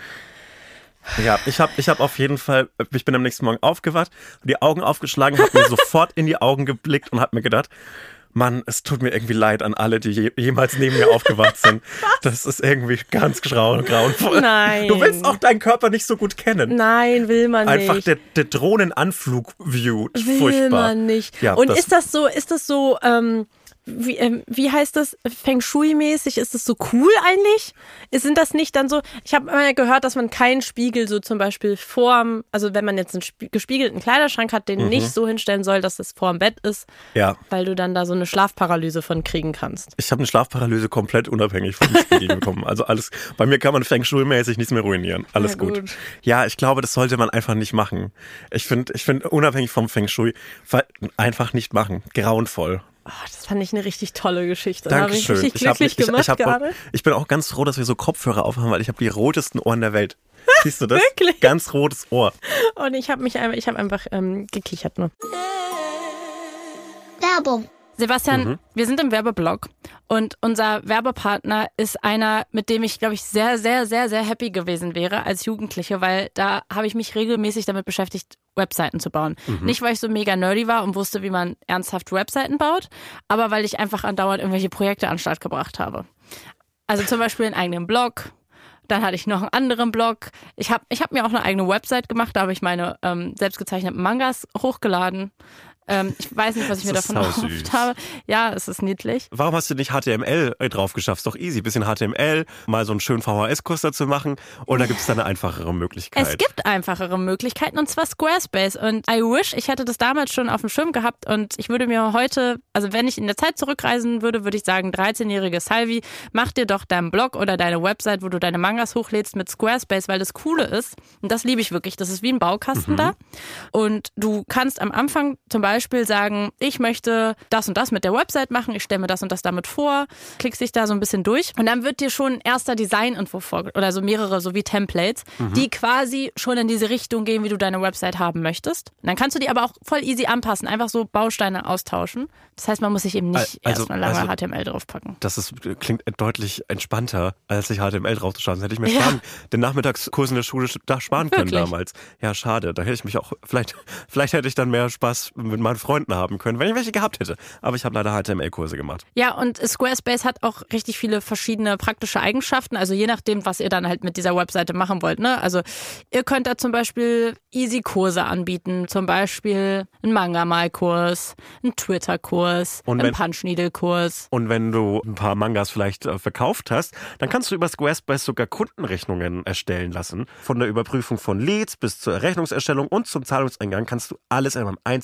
Ja, ich habe ich hab auf jeden Fall, ich bin am nächsten Morgen aufgewacht, die Augen aufgeschlagen, habe mir sofort in die Augen geblickt und habe mir gedacht, Mann, es tut mir irgendwie leid an alle, die je, jemals neben mir aufgewacht sind. Das ist irgendwie ganz grau und grauenvoll. Nein. Du willst auch deinen Körper nicht so gut kennen. Nein, will man Einfach nicht. der, der Drohnenanflug-View. Will Furchtbar. man nicht. Ja, Und das- ist das so, ist das so, ähm, wie, ähm, wie heißt das, Feng Shui-mäßig? Ist das so cool eigentlich? Sind das nicht dann so, ich habe immer gehört, dass man keinen Spiegel so zum Beispiel vorm, also wenn man jetzt einen spie- gespiegelten Kleiderschrank hat, den Mhm. nicht so hinstellen soll, dass es vorm Bett ist, Ja. weil du dann da so eine Schlafparalyse von kriegen kannst. Ich habe eine Schlafparalyse komplett unabhängig vom Spiegel bekommen. Also alles, bei mir kann man Feng Shui-mäßig nichts mehr ruinieren. Alles Ja, gut. gut. Ja, ich glaube, das sollte man einfach nicht machen. Ich finde, ich finde unabhängig vom Feng Shui ver- einfach nicht machen. Grauenvoll. Oh, das fand ich eine richtig tolle Geschichte. Da habe ich Dankeschön. mich richtig Ich, hab, glücklich ich, gemacht ich, hab, gerade. ich bin auch ganz froh, dass wir so Kopfhörer aufhaben, weil ich habe die rotesten Ohren der Welt. Siehst du das? Wirklich? Ganz rotes Ohr. Und ich habe mich einfach, ich habe einfach ähm, gekichert nur. Werbung. Sebastian, Mhm. wir sind im Werbeblock und unser Werbepartner ist einer, mit dem ich, glaube ich, sehr, sehr, sehr, sehr happy gewesen wäre als Jugendliche, weil da habe ich mich regelmäßig damit beschäftigt, Webseiten zu bauen. Mhm. Nicht, weil ich so mega nerdy war und wusste, wie man ernsthaft Webseiten baut, aber weil ich einfach andauernd irgendwelche Projekte an den Start gebracht habe. Also zum Beispiel einen eigenen Blog. Dann hatte ich noch einen anderen Blog. Ich habe ich hab mir auch eine eigene Website gemacht, da habe ich meine ähm, selbstgezeichneten Mangas hochgeladen. Ähm, ich weiß nicht, was ich mir Das ist davon sausüß. erhofft habe. Ja, es ist niedlich. Warum hast du nicht H T M L drauf geschafft? Ist doch easy. Bisschen H T M L, mal so einen schönen V H S-Kurs dazu machen. Oder gibt es da eine einfachere Möglichkeit? Es gibt einfachere Möglichkeiten und zwar Squarespace. Und I wish, ich hätte das damals schon auf dem Schirm gehabt und ich würde mir heute, also wenn ich in der Zeit zurückreisen würde, würde ich sagen, dreizehnjährige Salvi, mach dir doch deinen Blog oder deine Website, wo du deine Mangas hochlädst mit Squarespace, weil das Coole ist, und das liebe ich wirklich, das ist wie ein Baukasten Mhm. da. Und du kannst am Anfang zum Beispiel sagen, ich möchte das und das mit der Website machen, ich stelle mir das und das damit vor, klickst dich da so ein bisschen durch und dann wird dir schon ein erster Designentwurf vorgelegt oder so mehrere, so wie Templates, die quasi schon in diese Richtung gehen, wie du deine Website haben möchtest. Und dann kannst du die aber auch voll easy anpassen, einfach so Bausteine austauschen. Das heißt, man muss sich eben nicht Also- erstmal lange also- H T M L draufpacken. Das ist, klingt deutlich entspannter, als sich H T M L draufzuschauen. Das hätte ich mir Ja. sparen, den Nachmittagskurs in der Schule da sparen können Wirklich? damals. Ja, schade. Da hätte ich mich auch, vielleicht, vielleicht hätte ich dann mehr Spaß mit meinen Freunden haben können, wenn ich welche gehabt hätte. Aber ich habe leider H T M L-Kurse gemacht. Ja, und Squarespace hat auch richtig viele verschiedene praktische Eigenschaften, also je nachdem, was ihr dann halt mit dieser Webseite machen wollt, ne? Also ihr könnt da zum Beispiel Easy-Kurse anbieten, zum Beispiel einen Manga-Malkurs, einen Twitter-Kurs, Und einen wenn- Punch-Needle-Kurs. Und wenn du ein paar Mangas vielleicht äh, verkauft hast, dann kannst du über Squarespace sogar Kundenrechnungen erstellen lassen. Von der Überprüfung von Leads bis zur Rechnungserstellung und zum Zahlungseingang kannst du alles in einem einzigen optimierten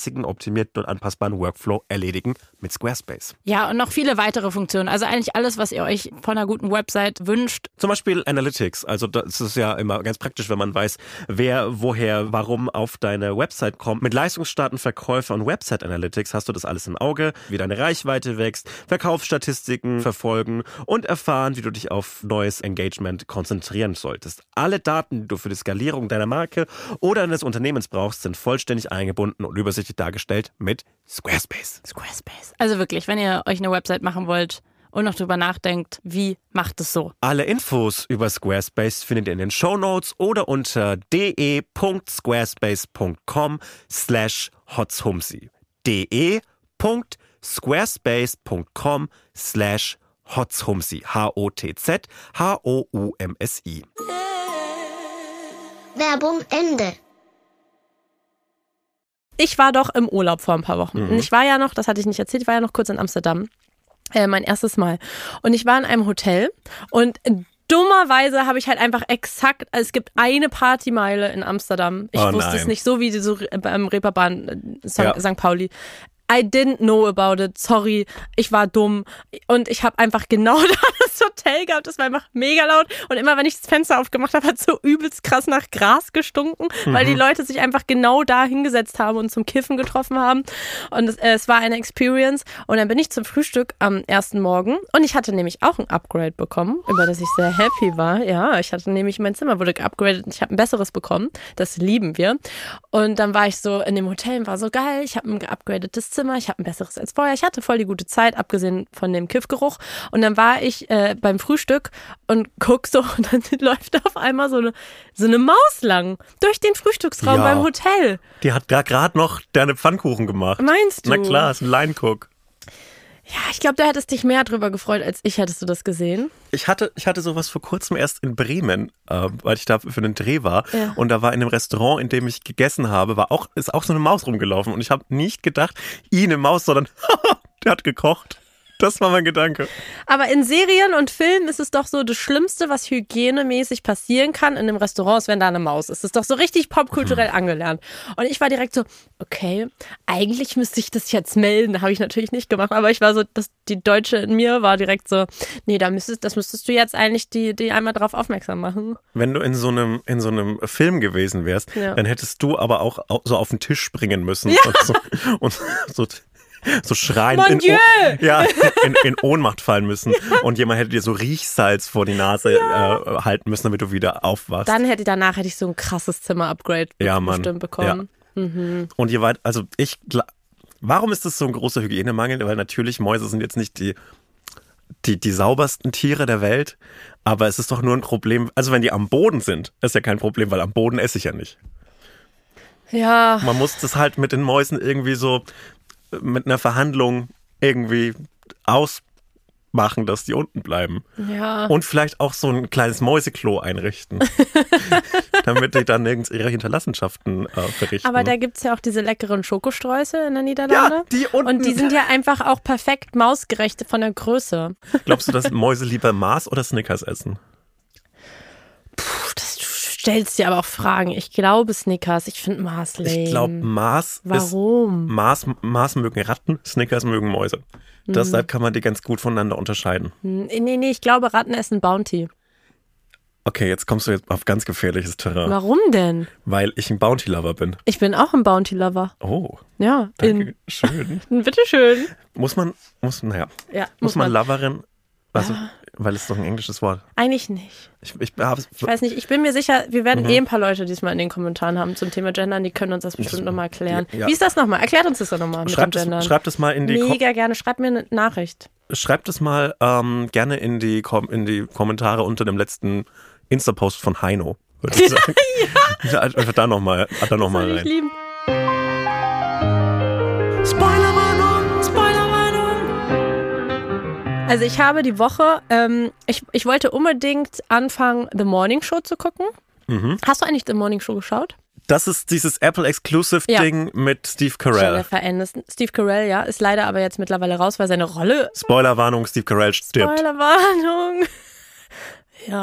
optimierten und anpassbaren Workflow erledigen mit Squarespace. Ja, und noch viele weitere Funktionen. Also eigentlich alles, was ihr euch von einer guten Website wünscht. Zum Beispiel Analytics. Also das ist ja immer ganz praktisch, wenn man weiß, wer, woher, warum auf deine Website kommt. Mit Leistungsstarten, Verkäufer und Website Analytics hast du das alles im Auge, wie deine Reichweite wächst, Verkaufsstatistiken verfolgen und erfahren, wie du dich auf neues Engagement konzentrieren solltest. Alle Daten, die du für die Skalierung deiner Marke oder deines Unternehmens brauchst, sind vollständig eingebunden und übersichtlich dargestellt mit Squarespace. Squarespace. Also wirklich, wenn ihr euch eine Website machen wollt und noch drüber nachdenkt, wie macht es so? Alle Infos über Squarespace findet ihr in den Shownotes oder unter de.squarespace.com slash hotzhumsi. de.squarespace.com slash hotzhumsi. H-O-T-Z H-O-U-M-S-I. Werbung Ende. Ich war doch im Urlaub vor ein paar Wochen. Mhm. Und ich war ja noch, das hatte ich nicht erzählt, ich war ja noch kurz in Amsterdam. Äh, mein erstes Mal. Und ich war in einem Hotel und dummerweise habe ich halt einfach exakt, also es gibt eine Partymeile in Amsterdam. Ich oh wusste nein. es nicht, so wie die so beim Reeperbahn äh, Sankt Ja. Pauli. I didn't know about it, sorry, ich war dumm und ich habe einfach genau da das Hotel gehabt, das war einfach mega laut und immer wenn ich das Fenster aufgemacht habe, hat es so übelst krass nach Gras gestunken, mhm. weil die Leute sich einfach genau da hingesetzt haben und zum Kiffen getroffen haben und es, äh, es war eine Experience und dann bin ich zum Frühstück am ersten Morgen und ich hatte nämlich auch ein Upgrade bekommen, über das ich sehr happy war, ja, ich hatte nämlich, mein Zimmer wurde geupgradet und ich habe ein besseres bekommen, das lieben wir und dann war ich so in dem Hotel und war so geil, ich habe ein geupgradetes Zimmer, ich habe ein besseres als vorher. Ich hatte voll die gute Zeit, abgesehen von dem Kiffgeruch. Und dann war ich äh, beim Frühstück und guck so und dann läuft auf einmal so eine, so eine Maus lang durch den Frühstücksraum Ja. beim Hotel. Die hat gerade noch deine Pfannkuchen gemacht. Meinst du? Na klar, ist ein Line Cook. Ja, ich glaube, da hättest dich mehr drüber gefreut als ich. Hättest du das gesehen? Ich hatte, ich hatte sowas vor kurzem erst in Bremen, äh, weil ich da für einen Dreh war. Ja. Und da war in einem Restaurant, in dem ich gegessen habe, war auch, ist auch so eine Maus rumgelaufen. Und ich habe nicht gedacht, i, eine Maus, sondern der hat gekocht. Das war mein Gedanke. Aber in Serien und Filmen ist es doch so das Schlimmste, was hygienemäßig passieren kann in einem Restaurant, ist, wenn da eine Maus ist. Das ist doch so richtig popkulturell angelernt. Und ich war direkt so, okay, eigentlich müsste ich das jetzt melden. Habe ich natürlich nicht gemacht, aber ich war so, das, die Deutsche in mir war direkt so, nee, da müsstest, das müsstest du jetzt eigentlich die, die einmal drauf aufmerksam machen. Wenn du in so einem, in so einem Film gewesen wärst, Ja. dann hättest du aber auch so auf den Tisch springen müssen. Ja. Und so, und so so schreien, Mon in, Dieu! oh, ja, in, in Ohnmacht fallen müssen. Ja. Und jemand hätte dir so Riechsalz vor die Nase ja. äh, halten müssen, damit du wieder aufwachst. Dann hätte danach hätte ich so ein krasses Zimmer-Upgrade ja, Mann. bestimmt bekommen. Ja. Mhm. Und je weit, also ich, warum ist das so ein großer Hygienemangel? Weil natürlich Mäuse sind jetzt nicht die, die, die saubersten Tiere der Welt, aber es ist doch nur ein Problem, also wenn die am Boden sind, ist ja kein Problem, weil am Boden esse ich ja nicht. Ja. Man muss das halt mit den Mäusen irgendwie so mit einer Verhandlung irgendwie ausmachen, dass die unten bleiben. Ja. Und vielleicht auch so ein kleines Mäuseklo einrichten, damit die dann nirgends ihre Hinterlassenschaften äh, verrichten. Aber da gibt es ja auch diese leckeren Schokostreusel in der Niederlande. Ja, die unten. Und die sind ja einfach auch perfekt mausgerecht von der Größe. Glaubst du, dass Mäuse lieber Mars oder Snickers essen? Puh, das, du stellst dir aber auch Fragen. Ich glaube Snickers, ich finde Mars lame. Ich glaube Mars Warum? ist, Mars, Mars mögen Ratten, Snickers mögen Mäuse. Mhm. Deshalb kann man die ganz gut voneinander unterscheiden. Nee, nee, nee, ich glaube Ratten essen Bounty. Okay, jetzt kommst du jetzt auf ganz gefährliches Terrain. Warum denn? Weil ich ein Bounty-Lover bin. Ich bin auch ein Bounty-Lover. Oh, Ja. danke, schön. Bitteschön. Muss man, muss, naja, Ja, muss, muss man man. Loverin, also, Ja. weil es doch ein englisches Wort. Eigentlich nicht. Ich, ich, hab's, Ich weiß nicht, ich bin mir sicher, wir werden Mhm. eh ein paar Leute diesmal in den Kommentaren haben zum Thema Gendern, die können uns das bestimmt nochmal erklären. Ja. Wie ist das nochmal? Erklärt uns das doch nochmal mit schreibt, dem Gendern. es, schreibt es mal in die Kom- Mega gerne, schreibt mir eine Nachricht. schreibt es mal ähm, gerne in die, Kom- in die Kommentare unter dem letzten Insta-Post von Heino, würde ich sagen. ja. Einfach da nochmal noch mal Soll ich rein. lieben. Spoilerwarnung! Spoilerwarnung! Also ich habe die Woche, ähm, ich, ich wollte unbedingt anfangen, The Morning Show zu gucken. Mhm. Hast du eigentlich The Morning Show geschaut? Das ist dieses Apple-Exclusive-Ding Ja. mit Steve Schon der Carell. Verendes- Steve Carell, ja, ist leider aber jetzt mittlerweile raus, weil seine Rolle... Spoilerwarnung, Steve Carell stirbt. Spoilerwarnung! Ja.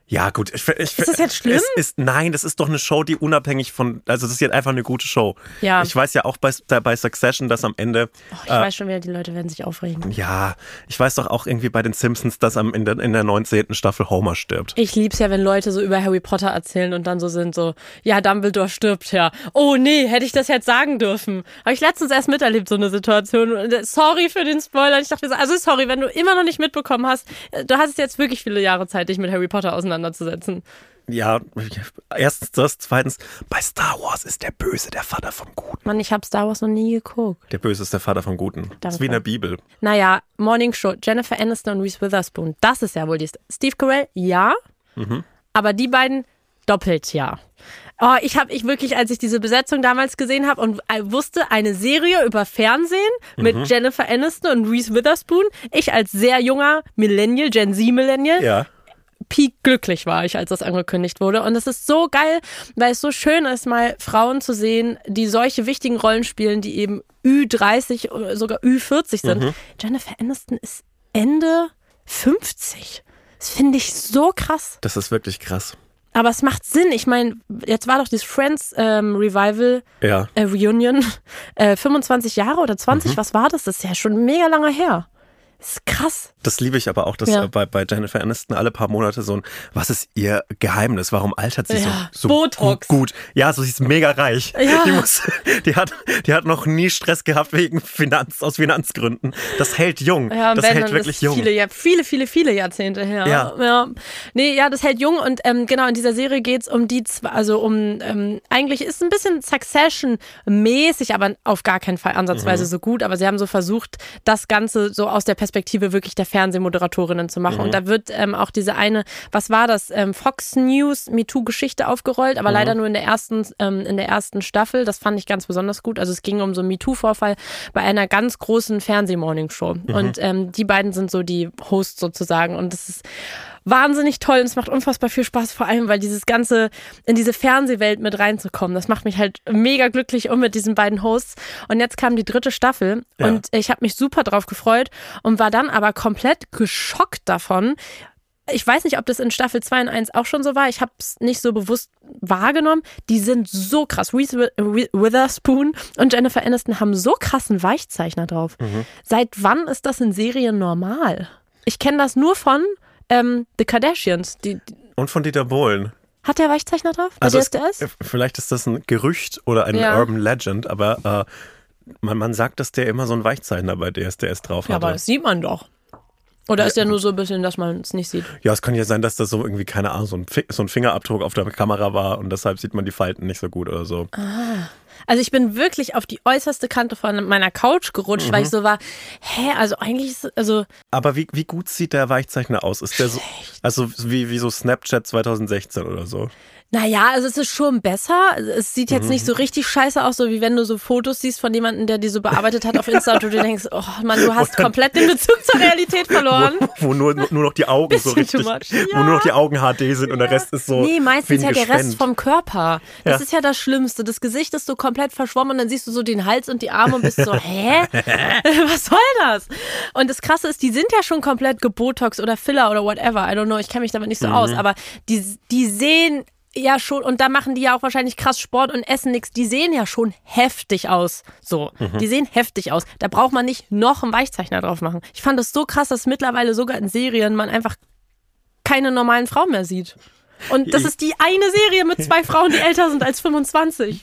Ja, gut. Ich, ich, ist das jetzt schlimm? Es ist, nein, das ist doch eine Show, die unabhängig von, also das ist jetzt einfach eine gute Show. Ja. Ich weiß ja auch bei, bei Succession, dass am Ende... Oh, ich äh, weiß schon wieder, die Leute werden sich aufregen. Ja, ich weiß doch auch irgendwie bei den Simpsons, dass am, in, der, in der neunzehnten Staffel Homer stirbt. Ich lieb's ja, wenn Leute so über Harry Potter erzählen und dann so sind so, ja, Dumbledore stirbt, ja. Oh nee, hätte ich das jetzt sagen dürfen. Habe ich letztens erst miterlebt, so eine Situation. Sorry für den Spoiler. Ich dachte mir so, also sorry, wenn du immer noch nicht mitbekommen hast, du hast jetzt wirklich viele Jahre Zeit, dich mit Harry Potter auseinanderzusetzen. Ja, erstens das, zweitens, bei Star Wars ist der Böse der Vater vom Guten. Mann, ich habe Star Wars noch nie geguckt. Der Böse ist der Vater vom Guten. Danke. Das ist wie in der Bibel. Naja, Morning Show, Jennifer Aniston und Reese Witherspoon, das ist ja wohl die... Steve Carell, ja, mhm. aber die beiden doppelt ja. Oh, ich habe ich wirklich, als ich diese Besetzung damals gesehen habe und wusste, eine Serie über Fernsehen mit mhm. Jennifer Aniston und Reese Witherspoon, ich als sehr junger Millennial, Gen Z-Millennial, ja. peak glücklich war ich, als das angekündigt wurde. Und es ist so geil, weil es so schön ist, mal Frauen zu sehen, die solche wichtigen Rollen spielen, die eben Ü dreißig oder sogar Ü vierzig sind. Mhm. Jennifer Aniston ist Ende fünfzig. Das finde ich so krass. Das ist wirklich krass. Aber es macht Sinn. Ich meine, jetzt war doch dieses Friends ähm, Revival ja. äh, Reunion äh, fünfundzwanzig Jahre oder zwanzig, mhm. was war das? Das ist ja schon mega lange her. Das ist krass. Das liebe ich aber auch, dass ja. bei, bei Jennifer Aniston alle paar Monate so ein, was ist ihr Geheimnis? Warum altert sie ja. so, so Botox. gut? Ja, so sie ist mega reich. Ja. Die, muss, die, hat, die hat noch nie Stress gehabt wegen Finanz, aus Finanzgründen. Das hält jung. Ja, das wenn, hält wirklich jung. Viele, ja, viele, viele, viele Jahrzehnte her. Ja. ja. Nee, ja, das hält jung und ähm, genau, in dieser Serie geht es um die, zwei, also um, ähm, eigentlich ist es ein bisschen Succession-mäßig, aber auf gar keinen Fall ansatzweise mhm. so gut. Aber sie haben so versucht, das Ganze so aus der Perspektive wirklich der Fernsehmoderatorinnen zu machen. Mhm. Und da wird ähm, auch diese eine, was war das, ähm, Fox News MeToo-Geschichte aufgerollt, aber mhm. leider nur in der ersten ähm, in der ersten Staffel. Das fand ich ganz besonders gut. Also es ging um so einen MeToo-Vorfall bei einer ganz großen Fernseh-Morning-Show. Mhm. Und ähm, die beiden sind so die Hosts sozusagen. Und das ist wahnsinnig toll und es macht unfassbar viel Spaß, vor allem, weil dieses Ganze in diese Fernsehwelt mit reinzukommen, das macht mich halt mega glücklich, um mit diesen beiden Hosts. Und jetzt kam die dritte Staffel ja. und ich habe mich super drauf gefreut und war dann aber komplett geschockt davon. Ich weiß nicht, ob das in Staffel zwei und eins auch schon so war. Ich habe es nicht so bewusst wahrgenommen. Die sind so krass. Reese Witherspoon und Jennifer Aniston haben so krassen Weichzeichner drauf. Mhm. Seit wann ist das in Serien normal? Ich kenne das nur von ähm, The Kardashians. Die, die und von Dieter Bohlen. Hat der Weichzeichner drauf? Also es, ist? Vielleicht ist das ein Gerücht oder ein ja. Urban Legend, aber äh, man, man sagt, dass der immer so ein Weichzeichner bei D S D S drauf hat. Ja, aber das sieht man doch. Oder ja. ist der nur so ein bisschen, dass man es nicht sieht? Ja, es kann ja sein, dass das so irgendwie, keine Ahnung, so ein, so ein Fingerabdruck auf der Kamera war und deshalb sieht man die Falten nicht so gut oder so. Ah. Also ich bin wirklich auf die äußerste Kante von meiner Couch gerutscht, mhm. weil ich so war, hä, also eigentlich ist also... Aber wie, wie gut sieht der Weichzeichner aus? Ist der so, also wie, wie so Snapchat zwanzig sechzehn oder so? Naja, also es ist schon besser. Es sieht jetzt mhm. nicht so richtig scheiße aus, so wie wenn du so Fotos siehst von jemandem, der die so bearbeitet hat auf Insta und du dir denkst, oh Mann, du hast komplett den Bezug zur Realität verloren. Wo, wo nur, nur noch die Augen so richtig, ja. wo nur noch die Augen H D sind ja. und der Rest ist so Nee, meistens ja Gespend. der Rest vom Körper. Das ja. ist ja das Schlimmste. Das Gesicht ist so komplett verschwommen und dann siehst du so den Hals und die Arme und bist so, hä? Was soll das? Und das Krasse ist, die sind ja schon komplett gebotox oder Filler oder whatever. I don't know, ich kenne mich damit nicht so mhm. aus, aber die, die sehen ja schon, und da machen die ja auch wahrscheinlich krass Sport und essen nichts, die sehen ja schon heftig aus. So, mhm. die sehen heftig aus. Da braucht man nicht noch einen Weichzeichner drauf machen. Ich fand das so krass, dass mittlerweile sogar in Serien man einfach keine normalen Frauen mehr sieht. Und das ist die eine Serie mit zwei Frauen, die älter sind als fünfundzwanzig.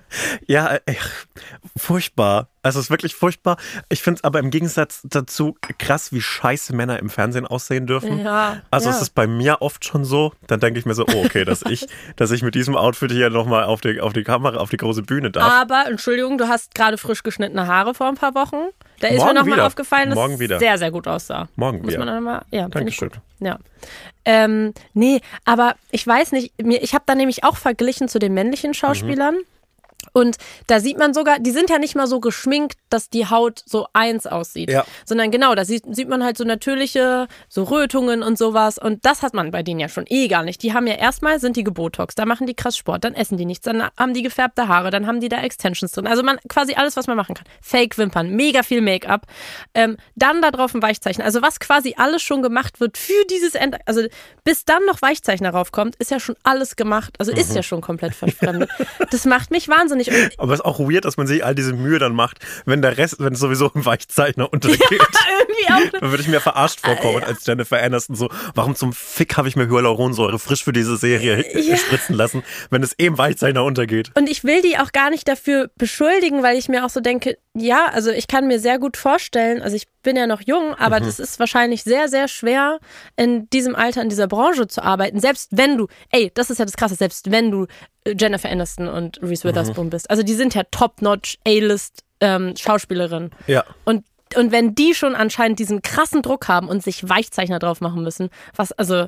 Ja, ach, furchtbar. Also es ist wirklich furchtbar. Ich finde es aber im Gegensatz dazu krass, wie scheiße Männer im Fernsehen aussehen dürfen. Ja, also ja. es ist bei mir oft schon so, dann denke ich mir so, oh, okay, dass ich, dass ich mit diesem Outfit hier nochmal auf die, auf die Kamera, auf die große Bühne darf. Aber, Entschuldigung, du hast gerade frisch geschnittene Haare vor ein paar Wochen. Da ist Morgen mir nochmal wieder. aufgefallen, dass Morgen es wieder. sehr, sehr gut aussah. Morgen Muss wieder. man dann mal, ja, Dankeschön. Ja. Ähm, nee, aber ich weiß nicht, mir, ich habe da nämlich auch verglichen zu den männlichen Schauspielern. Mhm. Und da sieht man sogar, die sind ja nicht mal so geschminkt, dass die Haut so eins aussieht. Ja. Sondern genau, da sieht, sieht man halt so natürliche, so Rötungen und sowas. Und das hat man bei denen ja schon eh gar nicht. Die haben ja erstmal, sind die gebotox, da machen die krass Sport, dann essen die nichts, dann haben die gefärbte Haare, dann haben die da Extensions drin. Also man quasi alles, was man machen kann. Fake-Wimpern, mega viel Make-up. Ähm, dann da drauf ein Weichzeichen. Also was quasi alles schon gemacht wird für dieses End. Also bis dann noch Weichzeichner raufkommt, ist ja schon alles gemacht. Also ist mhm. ja schon komplett verschwemmt. Das macht mich wahnsinnig. Aber es ist auch weird, dass man sich all diese Mühe dann macht, wenn der Rest, wenn sowieso ein Weichzeichner untergeht. Ja, irgendwie auch. Dann würde ich mir verarscht vorkommen äh, als Jennifer Aniston. So, warum zum Fick habe ich mir Hyaluronsäure frisch für diese Serie ja. spritzen lassen, wenn es eben Weichzeichner untergeht? Und ich will die auch gar nicht dafür beschuldigen, weil ich mir auch so denke, ja, also ich kann mir sehr gut vorstellen, also ich bin ja noch jung, aber mhm. das ist wahrscheinlich sehr, sehr schwer, in diesem Alter in dieser Branche zu arbeiten. Selbst wenn du, ey, das ist ja das Krasse, selbst wenn du Jennifer Aniston und Reese Witherspoon mhm. bist. Also die sind ja Top-Notch A-List ähm, Schauspielerinnen. Ja. Und Und wenn die schon anscheinend diesen krassen Druck haben und sich Weichzeichner drauf machen müssen, was, also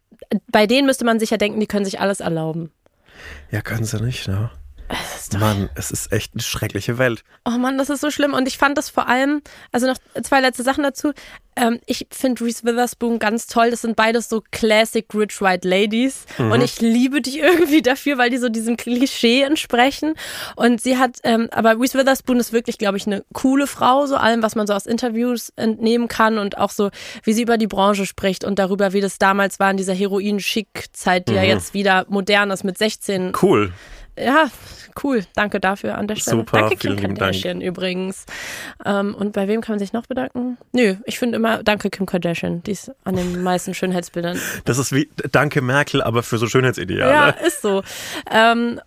bei denen müsste man sich ja denken, die können sich alles erlauben. Ja, können sie nicht, ne? Es ist doch Mann, es ist echt eine schreckliche Welt. Oh Mann, das ist so schlimm. Und ich fand das vor allem, also noch zwei letzte Sachen dazu. Ähm, ich finde Reese Witherspoon ganz toll. Das sind beides so Classic Rich White Ladies. Mhm. Und ich liebe die irgendwie dafür, weil die so diesem Klischee entsprechen. Und sie hat, ähm, aber Reese Witherspoon ist wirklich, glaube ich, eine coole Frau, so allem, was man so aus Interviews entnehmen kann und auch so, wie sie über die Branche spricht und darüber, wie das damals war in dieser Heroin-Schick-Zeit, die mhm. ja jetzt wieder modern ist mit sechzehn. Cool. Ja, cool. Danke dafür an der Stelle. Super, danke Kim vielen Kardashian Dank. übrigens. Ähm, und bei wem kann man sich noch bedanken? Nö, ich finde immer, danke Kim Kardashian. Die ist an den meisten Schönheitsbildern. Das ist wie danke Merkel, aber für so Schönheitsideale. Ja, ist so. Ähm,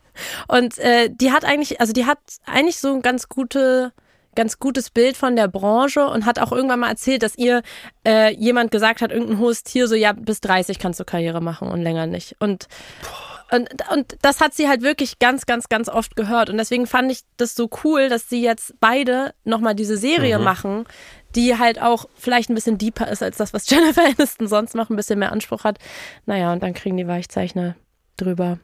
und äh, die hat eigentlich, also die hat eigentlich so ein ganz gute... ganz gutes Bild von der Branche und hat auch irgendwann mal erzählt, dass ihr äh, jemand gesagt hat, irgendein hohes Tier, so ja, bis dreißig kannst du Karriere machen und länger nicht. Und, und, und das hat sie halt wirklich ganz, ganz, ganz oft gehört. Und deswegen fand ich das so cool, dass sie jetzt beide nochmal diese Serie mhm. machen, die halt auch vielleicht ein bisschen deeper ist als das, was Jennifer Aniston sonst macht, ein bisschen mehr Anspruch hat. Naja, und dann kriegen die Weichzeichner drüber.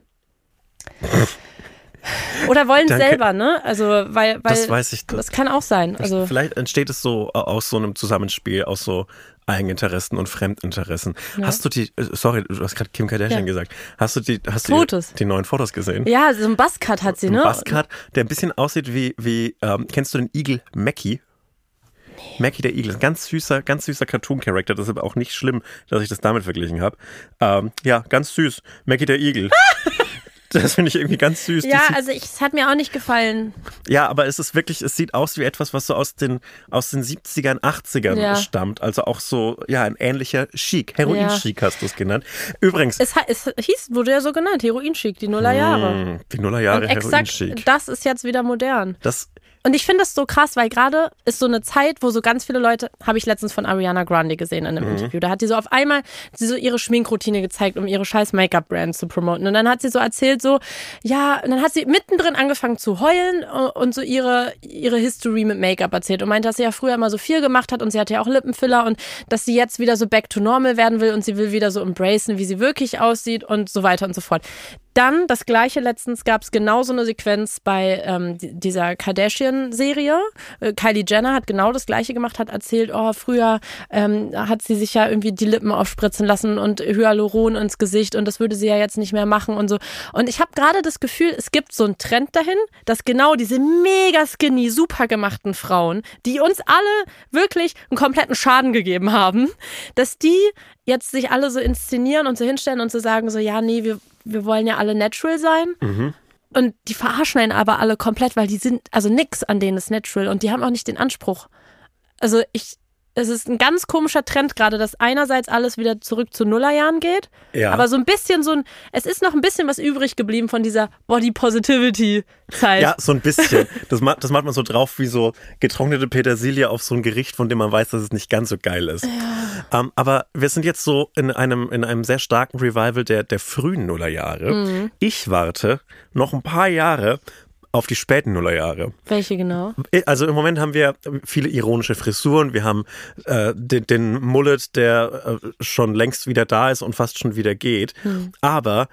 Oder wollen Danke. selber, ne? Also, weil, weil das weiß ich. Das kann auch sein. Also vielleicht entsteht es so aus so einem Zusammenspiel, aus so Eigeninteressen und Fremdinteressen. Ja. Hast du die, sorry, du hast gerade Kim Kardashian ja. gesagt, hast du die, hast Fotos. du die, die neuen Fotos gesehen? Ja, so ein Buzzcut hat sie, ne? Ein Buzzcut, der ein bisschen aussieht wie, wie ähm, kennst du den Igel Mackie? Nee. Mackie der Igel, ein ganz süßer, ganz süßer Cartoon-Charakter, das ist aber auch nicht schlimm, dass ich das damit verglichen habe. Ähm, ja, ganz süß, Mackie der Igel. Das finde ich irgendwie ganz süß. Ja, also ich, es hat mir auch nicht gefallen. Ja, aber es ist wirklich, es sieht aus wie etwas, was so aus den, aus den siebzigern, achtzigern ja. stammt. Also auch so, ja, ein ähnlicher Chic. Heroin-Chic ja. hast du es genannt. Übrigens. Es, es hieß, wurde ja so genannt, Heroin-Chic, die Nullerjahre. Mh, die Nullerjahre Heroin-Chic. Das ist jetzt wieder modern. Das Und ich finde das so krass, weil gerade ist so eine Zeit, wo so ganz viele Leute, habe ich letztens von Ariana Grande gesehen in einem mhm. Interview, da hat die so auf einmal sie so ihre Schminkroutine gezeigt, um ihre scheiß Make-up-Brand zu promoten. Und dann hat sie so erzählt, so, ja, und dann hat sie mittendrin angefangen zu heulen und so ihre, ihre History mit Make-up erzählt und meinte, dass sie ja früher immer so viel gemacht hat und sie hatte ja auch Lippenfiller und dass sie jetzt wieder so back to normal werden will und sie will wieder so embracen, wie sie wirklich aussieht und so weiter und so fort. Dann, das gleiche letztens, gab es genau so eine Sequenz bei ähm, dieser Kardashian-Serie. Äh, Kylie Jenner hat genau das gleiche gemacht, hat erzählt, oh, früher ähm, hat sie sich ja irgendwie die Lippen aufspritzen lassen und Hyaluron ins Gesicht und das würde sie ja jetzt nicht mehr machen und so. Und ich habe gerade das Gefühl, es gibt so einen Trend dahin, dass genau diese mega skinny, super gemachten Frauen, die uns alle wirklich einen kompletten Schaden gegeben haben, dass die jetzt sich alle so inszenieren und so hinstellen und so sagen so, ja, nee, wir wir wollen ja alle natural sein. Mhm. Und die verarschen einen aber alle komplett, weil die sind, also nix an denen ist natural und die haben auch nicht den Anspruch. Also ich, es ist ein ganz komischer Trend gerade, dass einerseits alles wieder zurück zu Nullerjahren geht, ja. aber so ein bisschen so ein, es ist noch ein bisschen was übrig geblieben von dieser Body Positivity Zeit. Ja, so ein bisschen. Das macht, das macht man so drauf wie so getrocknete Petersilie auf so ein Gericht, von dem man weiß, dass es nicht ganz so geil ist. Ja. Um, aber wir sind jetzt so in einem, in einem sehr starken Revival der, der frühen Nullerjahre. Mhm. Ich warte noch ein paar Jahre auf die späten Nullerjahre. Welche genau? Also im Moment haben wir viele ironische Frisuren. Wir haben äh, den, den Mullet, der äh, schon längst wieder da ist und fast schon wieder geht. Hm. Aber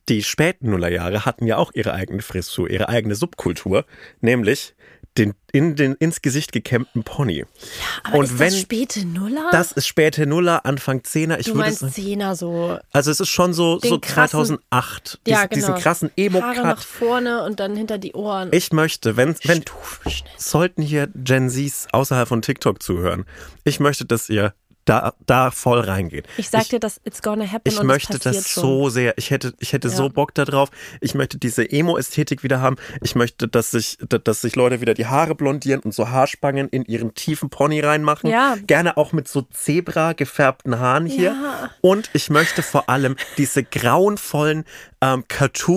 die späten Nullerjahre hatten ja auch ihre eigene Frisur, ihre eigene Subkultur, nämlich den in den ins Gesicht gekämmten Pony. Ja, aber und ist wenn, das späte Nuller? Das ist späte Nuller, Anfang Zehner. Ich du würde meinst sagen, Zehner so. Also es ist schon so, so krassen, zweitausendacht. Ja, Dies, genau. Diesen krassen Emo-Cut. Haare nach vorne und dann hinter die Ohren. Ich möchte, wenn, wenn sollten hier Gen Zs außerhalb von TikTok zuhören, ich möchte, dass ihr da, da voll reingeht. Ich sag dir, dass it's gonna happen Ich und möchte es passiert das schon. so sehr. Ich hätte, ich hätte Ja. so Bock da drauf. Ich möchte diese Emo-Ästhetik wieder haben. Ich möchte, dass sich, dass sich Leute wieder die Haare blondieren und so Haarspangen in ihren tiefen Pony reinmachen. Ja. Gerne auch mit so Zebra gefärbten Haaren hier. Ja. Und ich möchte vor allem diese grauenvollen ähm,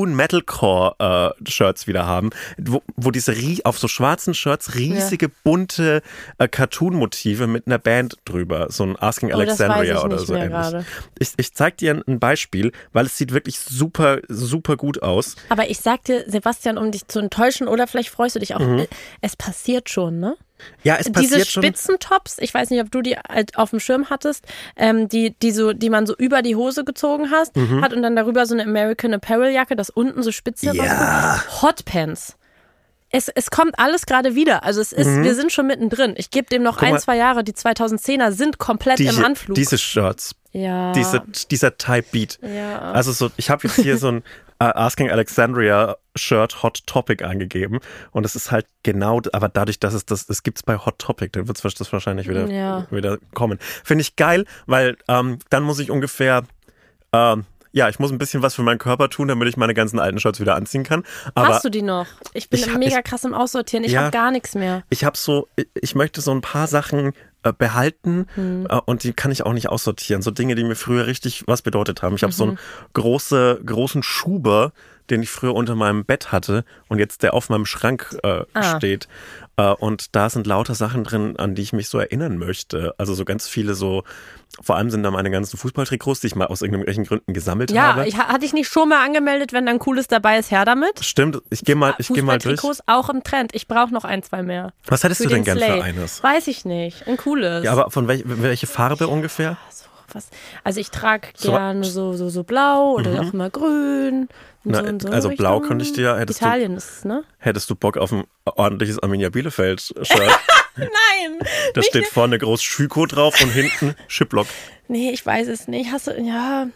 Cartoon-Metalcore-Shirts wieder haben, wo, wo diese rie- auf so schwarzen Shirts riesige bunte äh, Cartoon-Motive mit einer Band drüber. So ein Asking Oh, das Alexandria weiß ich oder nicht so mehr ähnlich. gerade. Ich, ich zeig dir ein Beispiel, weil es sieht wirklich super, super gut aus. Aber ich sag dir, Sebastian, um dich zu enttäuschen, oder vielleicht freust du dich auch, Mhm. es passiert schon, ne? Ja, es passiert Diese schon. Spitzentops, ich weiß nicht, ob du die halt auf dem Schirm hattest, ähm, die, die, so, die man so über die Hose gezogen hast, Mhm. hat und dann darüber so eine American Apparel Jacke, das unten so spitze Ja. rauskommt. Hotpants. Es, es kommt alles gerade wieder. Also es ist, wir sind schon mittendrin. Ich gebe dem noch Mhm. Guck ein, mal. zwei Jahre. Die zweitausendzehner sind komplett Die, im Anflug. diese Shirts, ja. diese, dieser Type Beat. Ja. Also so, ich habe jetzt hier so ein äh, Asking Alexandria Shirt Hot Topic eingegeben und es ist halt genau, aber dadurch, dass es das, das gibt's bei Hot Topic, dann wird das wahrscheinlich wieder, Ja. wieder kommen. Finde ich geil, weil ähm, dann muss ich ungefähr ähm, ja, ich muss ein bisschen was für meinen Körper tun, damit ich meine ganzen alten Shirts wieder anziehen kann. Aber Hast du die noch? Ich bin Ich- mega ich- krass im Aussortieren. Ich Ja. habe gar nichts mehr. ich habe so, ich möchte so ein paar Sachen äh, behalten Hm. äh, und die kann ich auch nicht aussortieren. So Dinge, die mir früher richtig was bedeutet haben. Ich habe so Mhm. einen große, großen Schuber, den ich früher unter meinem Bett hatte und jetzt der auf meinem Schrank äh, Ah. steht. Äh, und da sind lauter Sachen drin, an die ich mich so erinnern möchte. Also so ganz viele so, vor allem sind da meine ganzen Fußballtrikots, die ich mal aus irgendwelchen Gründen gesammelt Ja, habe. ich, hatte ich nicht schon mal angemeldet, wenn dann Cooles dabei ist, her damit? Stimmt, ich gehe mal, ich geh mal durch. Fußballtrikots auch im Trend. Ich brauche noch ein, zwei mehr. Was hättest Für du denn den gern Slay. für eines? Weiß ich nicht. Ein cooles. Ja, aber von welch, welche Farbe ungefähr? so, was, also ich trage So- gerne so, so, so blau oder auch immer grün. Und Na, so in so also Richtung. blau könnte ich dir- hättest du- Italien ist es, ne? Hättest du Bock auf ein ordentliches Arminia Bielefeld-Shirt? Nein! Da steht vorne groß Schüko drauf und hinten Schiplock. Nee, ich weiß es nicht. Hast du, ja.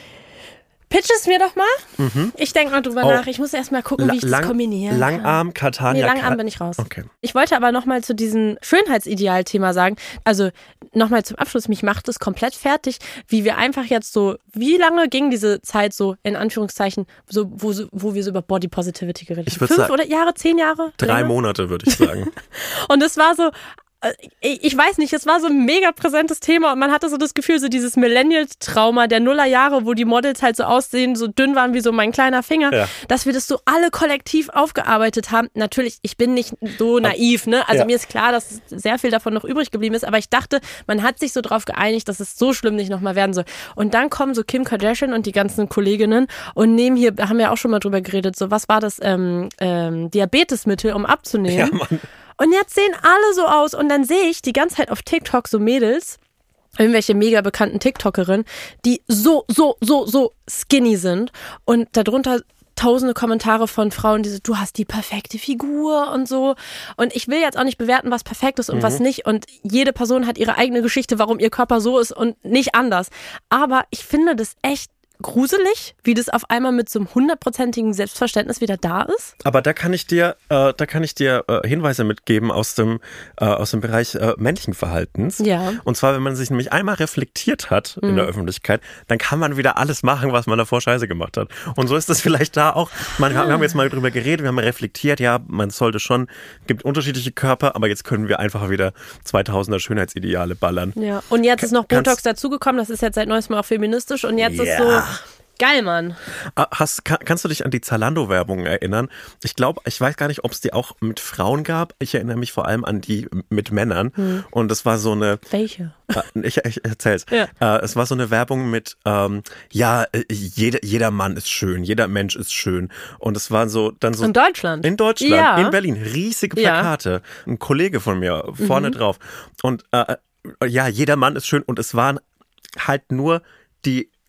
Pitch es mir doch mal. Ich denke mal drüber Oh. nach. Ich muss erst mal gucken, wie ich das kombiniere. Langarm, Catania. Nee, Langarm Ka- bin ich raus. Okay. Ich wollte aber nochmal zu diesem Schönheitsideal-Thema sagen, also nochmal zum Abschluss, mich macht es komplett fertig, wie wir einfach jetzt so, wie lange ging diese Zeit so, in Anführungszeichen, so, wo, so- wo wir so über Body Positivity geredet Ich haben? würd Fünf sagen- oder Jahre, zehn Jahre? Drei Länger? Monate, würde ich sagen. Und es war so, äh, ich weiß nicht, es war so ein mega präsentes Thema und man hatte so das Gefühl, so dieses Millennial-Trauma der Nullerjahre, wo die Models halt so aussehen, so dünn waren wie so mein kleiner Finger, Ja. dass wir das so alle kollektiv aufgearbeitet haben. Natürlich, ich bin nicht so naiv, ne? Also Ja. mir ist klar, dass sehr viel davon noch übrig geblieben ist, aber ich dachte, man hat sich so drauf geeinigt, dass es so schlimm nicht nochmal werden soll. Und dann kommen so Kim Kardashian und die ganzen Kolleginnen und nehmen hier, da haben wir auch schon mal drüber geredet, so was war das, ähm, ähm, Diabetesmittel, um abzunehmen. Ja, Mann. Und jetzt sehen alle so aus und dann sehe ich die ganze Zeit auf TikTok so Mädels, irgendwelche mega bekannten TikTokerinnen, die so, so, so, so skinny sind und darunter tausende Kommentare von Frauen, die so, du hast die perfekte Figur und so. Und ich will jetzt auch nicht bewerten, was perfekt ist und Mhm. was nicht. Und jede Person hat ihre eigene Geschichte, warum ihr Körper so ist und nicht anders. Aber ich finde das echt gruselig, wie das auf einmal mit so einem hundertprozentigen Selbstverständnis wieder da ist. Aber da kann ich dir, äh, da kann ich dir äh, Hinweise mitgeben aus dem, äh, aus dem Bereich äh, männlichen Verhaltens. Ja. Und zwar, wenn man sich nämlich einmal reflektiert hat in der Öffentlichkeit, dann kann man wieder alles machen, was man davor scheiße gemacht hat. Und so ist das vielleicht da auch. Man, wir haben jetzt mal drüber geredet, wir haben reflektiert, ja, man sollte schon, gibt unterschiedliche Körper, aber jetzt können wir einfach wieder zweitausender Schönheitsideale ballern. Ja, und jetzt ist noch Kannst- Botox dazugekommen, das ist jetzt seit neuestem auch feministisch und jetzt ist Ja. so, geil, Mann. Ah, Hast, kann, kannst du dich an die Zalando-Werbung erinnern? Ich glaube, ich weiß gar nicht, ob es die auch mit Frauen gab. Ich erinnere mich vor allem an die mit Männern. Hm. Und das war so eine, Welche? äh, ich, ich erzähl's. Ja. Äh, es war so eine Werbung mit, ähm, ja, äh, jeder, jeder Mann ist schön, jeder Mensch ist schön. Und es war so, dann so. In Deutschland? In Deutschland, Ja. in Berlin. Riesige Ja. Plakate. Ein Kollege von mir vorne Mhm. drauf. Und äh, ja, jeder Mann ist schön. Und es waren halt nur die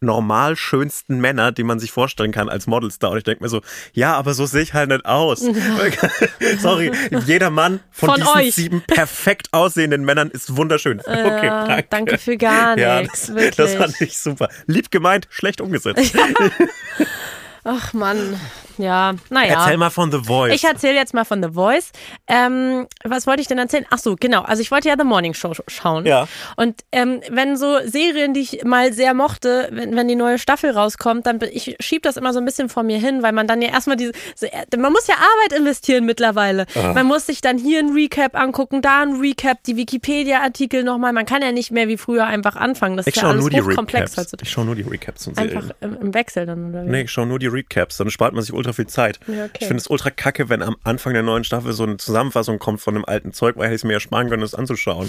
normal schönsten Männer, die man sich vorstellen kann als Models da. Und ich denke mir so, ja, aber so sehe ich halt nicht aus. Sorry, jeder Mann von, von diesen euch. sieben perfekt aussehenden Männern ist wunderschön. Äh, Okay, danke. Danke für gar nichts, Ja, das, wirklich. das fand ich super. Lieb gemeint, schlecht umgesetzt. Ach Mann, ja, naja. Erzähl mal von The Voice. Ich erzähle jetzt mal von The Voice. Ähm, was wollte ich denn erzählen? Ach so, genau. Also ich wollte ja The Morning Show schauen. Ja. Und ähm, wenn so Serien, die ich mal sehr mochte, wenn, wenn die neue Staffel rauskommt, dann bin- ich schieb das immer so ein bisschen vor mir hin, weil man dann ja erstmal diese, so, man muss ja Arbeit investieren mittlerweile. Ah. Man muss sich dann hier ein Recap angucken, da ein Recap, die Wikipedia-Artikel nochmal. Man kann ja nicht mehr wie früher einfach anfangen. Das ich ist ja schaue alles nur die hochkomplex Recaps. heutzutage. Ich schaue nur die Recaps und Serien. Einfach im, im Wechsel dann, oder wie? Nee, ich schaue nur die Recaps, dann spart man sich ultra viel Zeit. Ja, okay. Ich finde es ultra kacke, wenn am Anfang der neuen Staffel so eine Zusammenfassung kommt von dem alten Zeug, weil hätte ich es mir ja sparen können, das anzuschauen.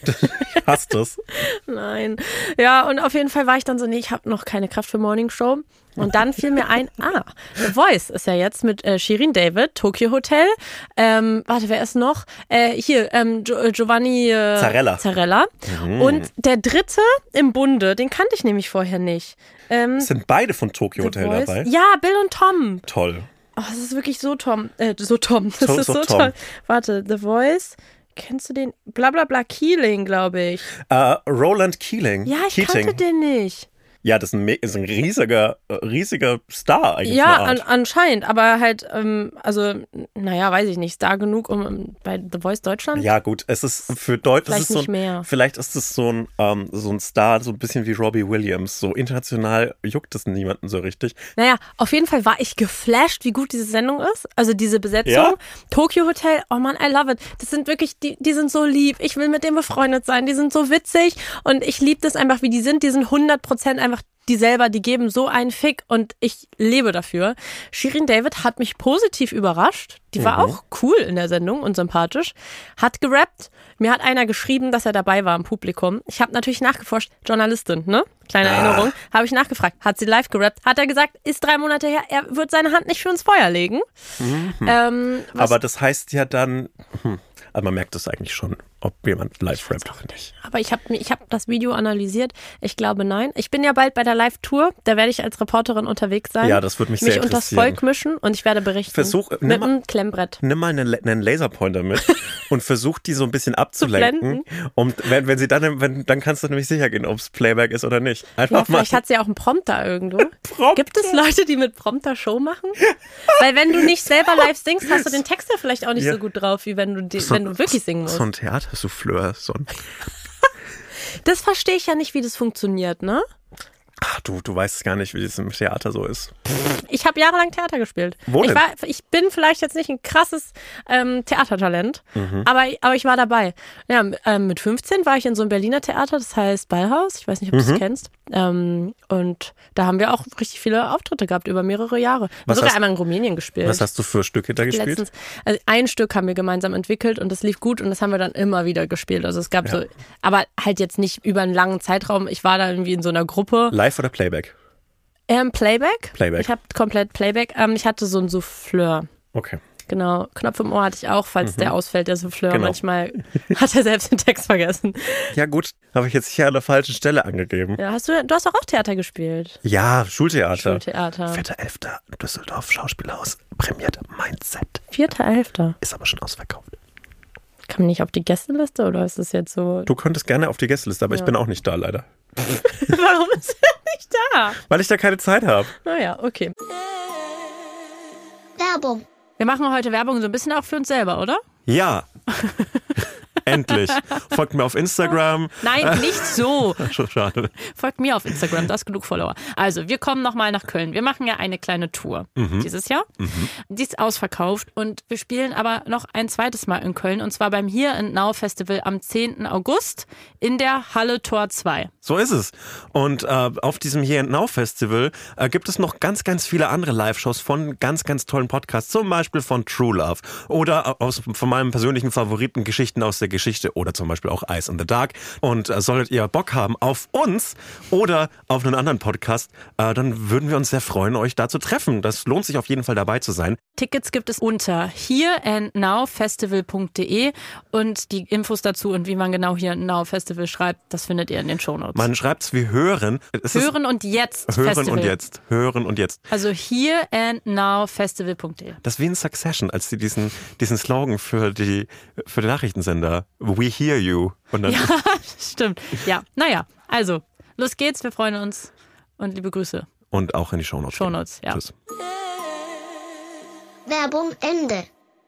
Ich hasse das. Nein. Ja, und auf jeden Fall war ich dann so, nee, ich habe noch keine Kraft für Morning Show. Und dann fiel mir ein, ah, The Voice ist ja jetzt mit äh, Shirin David, Tokyo Hotel. Ähm, warte, wer ist noch? Äh, hier, ähm, Gio- Giovanni äh, Zarella. Zarella. Mhm. Und der dritte im Bunde, den kannte ich nämlich vorher nicht. Ähm, Sind beide von Tokyo The Hotel Voice. dabei? Ja, Bill und Tom. Toll. Oh, das ist wirklich so Tom. Äh, so Tom. Das So- ist so so Tom. toll. Warte, The Voice. Kennst du den? Blablabla Keeling, glaube ich. Äh, Roland Keeling. Ja, ich Keating. kannte den nicht. Ja, das ist ein, me- ist ein riesiger, äh, riesiger Star eigentlich. Ja, eine an, Art. anscheinend, aber halt, ähm, also, naja, weiß ich nicht, Star genug, um um, bei The Voice Deutschland? Ja, gut, es ist für Deutsch, Vielleicht es ist so nicht ein, mehr. vielleicht ist es so ein, ähm, so ein Star, so ein bisschen wie Robbie Williams. So international juckt es niemanden so richtig. Naja, auf jeden Fall war ich geflasht, wie gut diese Sendung ist. Also diese Besetzung. Ja? Tokyo Hotel, oh man, I love it. Das sind wirklich, die, die sind so lieb. Ich will mit denen befreundet sein. Die sind so witzig und ich liebe das einfach, wie die sind. Die sind hundert Prozent einfach die selber, die geben so einen Fick und ich lebe dafür. Shirin David hat mich positiv überrascht. Die war Mhm. auch cool in der Sendung und sympathisch. Hat gerappt. Mir hat einer geschrieben, dass er dabei war im Publikum. Ich habe natürlich nachgeforscht. Journalistin, ne? Kleine Ah. Erinnerung. Habe ich nachgefragt. Hat sie live gerappt? Hat er gesagt, ist drei Monate her, er wird seine Hand nicht für ins Feuer legen. Mhm. Ähm, was, Aber das heißt ja dann, hm, also man merkt das eigentlich schon, ob jemand live rappt oder nicht. aber ich habe ich hab das Video analysiert. Ich glaube, nein. Ich bin ja bald bei der Live-Tour. Da werde ich als Reporterin unterwegs sein. Ja, das würde mich mich sehr unters interessieren. Volk mischen und ich werde berichten. Versuch, nimm mit mal- einem Klemmbrett. Nimm mal einen, einen Laserpointer mit und versuch die so ein bisschen abzulenken. Und wenn, wenn sie dann, wenn, dann kannst du nämlich sicher gehen, ob es Playback ist oder nicht. Einfach Ja, mal. vielleicht hat sie ja auch einen Prompter irgendwo. Prompter. Gibt es Leute, die mit Prompter Show machen? Weil wenn du nicht selber live singst, hast du den Text ja vielleicht auch nicht Ja. so gut drauf, wie wenn du, die, so, wenn du wirklich singen musst. So ein Theatersouffleur. So ein, Das verstehe ich ja nicht, wie das funktioniert, ne? ach, du, du weißt gar nicht, wie es im Theater so ist. Ich habe jahrelang Theater gespielt. Wo ich, denn? war, ich bin vielleicht jetzt nicht ein krasses ähm, Theatertalent, Mhm. aber, aber ich war dabei. Ja, ähm, mit fünfzehn war ich in so einem Berliner Theater, das heißt Ballhaus. Ich weiß nicht, ob du Mhm. das kennst. Ähm, und da haben wir auch richtig viele Auftritte gehabt über mehrere Jahre. Wir Was haben sogar hast- einmal in Rumänien gespielt. Was hast du für Stücke da gespielt? Letztens, also ein Stück haben wir gemeinsam entwickelt und das lief gut und das haben wir dann immer wieder gespielt. Also es gab Ja. so, aber halt jetzt nicht über einen langen Zeitraum. Ich war da irgendwie in so einer Gruppe. Live oder Playback? Ähm, Playback? Playback. Ich habe komplett Playback. Ähm, ich hatte so ein Souffleur. Okay. Genau, Knopf im Ohr hatte ich auch, falls der ausfällt, der Souffleur. Genau. Manchmal hat er selbst den Text vergessen. Ja gut, habe ich jetzt hier an der falschen Stelle angegeben. Ja, hast du, du hast doch auch Theater gespielt. Ja, Schultheater. Schultheater. vierter elfter Düsseldorf Schauspielhaus prämiert Mindset. Vierter Elfter. Ist aber schon ausverkauft. Kam nicht auf die Gästeliste oder ist das jetzt so? Du könntest gerne auf die Gästeliste, aber ich Ja. bin auch nicht da leider. Warum ist er nicht da? Weil ich da keine Zeit habe. Naja, okay. Werbung. Wir machen heute Werbung so ein bisschen auch für uns selber, oder? Ja. Endlich. Folgt mir auf Instagram. Nein, nicht so. Schon schade. Folgt mir auf Instagram, da ist genug Follower. Also, wir kommen nochmal nach Köln. Wir machen ja eine kleine Tour dieses Jahr. Die ist ausverkauft und wir spielen aber noch ein zweites Mal in Köln und zwar beim Here and Now Festival am zehnten August in der Halle Tor zwei. So ist es. Und äh, auf diesem Here and Now Festival äh, gibt es noch ganz, ganz viele andere Live-Shows von ganz, ganz tollen Podcasts. Zum Beispiel von True Love oder aus, von meinem persönlichen Favoriten Geschichten aus der Geschichte oder zum Beispiel auch Eyes in the Dark. Und äh, solltet ihr Bock haben auf uns oder auf einen anderen Podcast, äh, dann würden wir uns sehr freuen, euch da zu treffen. Das lohnt sich auf jeden Fall dabei zu sein. Tickets gibt es unter here and now festival punkt de und die Infos dazu und wie man genau Here and Now Festival schreibt, das findet ihr in den Shownotes. Man schreibt es wie hören. Es hören und jetzt Hören Festival. und jetzt. Hören und jetzt. Also here and now festival punkt de. Das ist wie in Succession, als sie diesen, diesen Slogan für die, für den Nachrichtensender We hear you. Und dann Ja, stimmt. Ja, naja, also, los geht's, wir freuen uns und liebe Grüße. Und auch in die Shownotes. Shownotes, ja. Tschüss. Werbung Ende.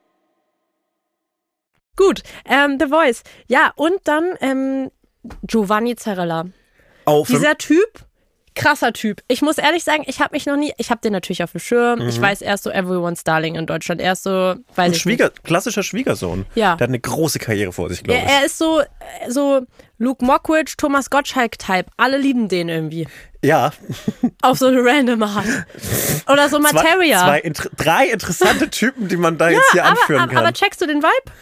Gut, ähm, The Voice. Ja, und dann ähm, Giovanni Zarella. Auf Dieser Typ, krasser Typ. Ich muss ehrlich sagen, ich habe mich noch nie, ich habe den natürlich auf dem Schirm. Mhm. Ich weiß, er ist so Everyone's Darling in Deutschland. Er ist so, weiß Ein ich Schwieger, nicht. klassischer Schwiegersohn. Ja. Der hat eine große Karriere vor sich, glaube Er, ich. er ist so, so Luke Mockridge, Thomas Gottschalk-Type. Alle lieben den irgendwie. Ja. Auf so eine random Art. Oder so Materia. Zwei, zwei inter- drei interessante Typen, die man da jetzt hier aber, anführen aber, kann. aber checkst du den Vibe?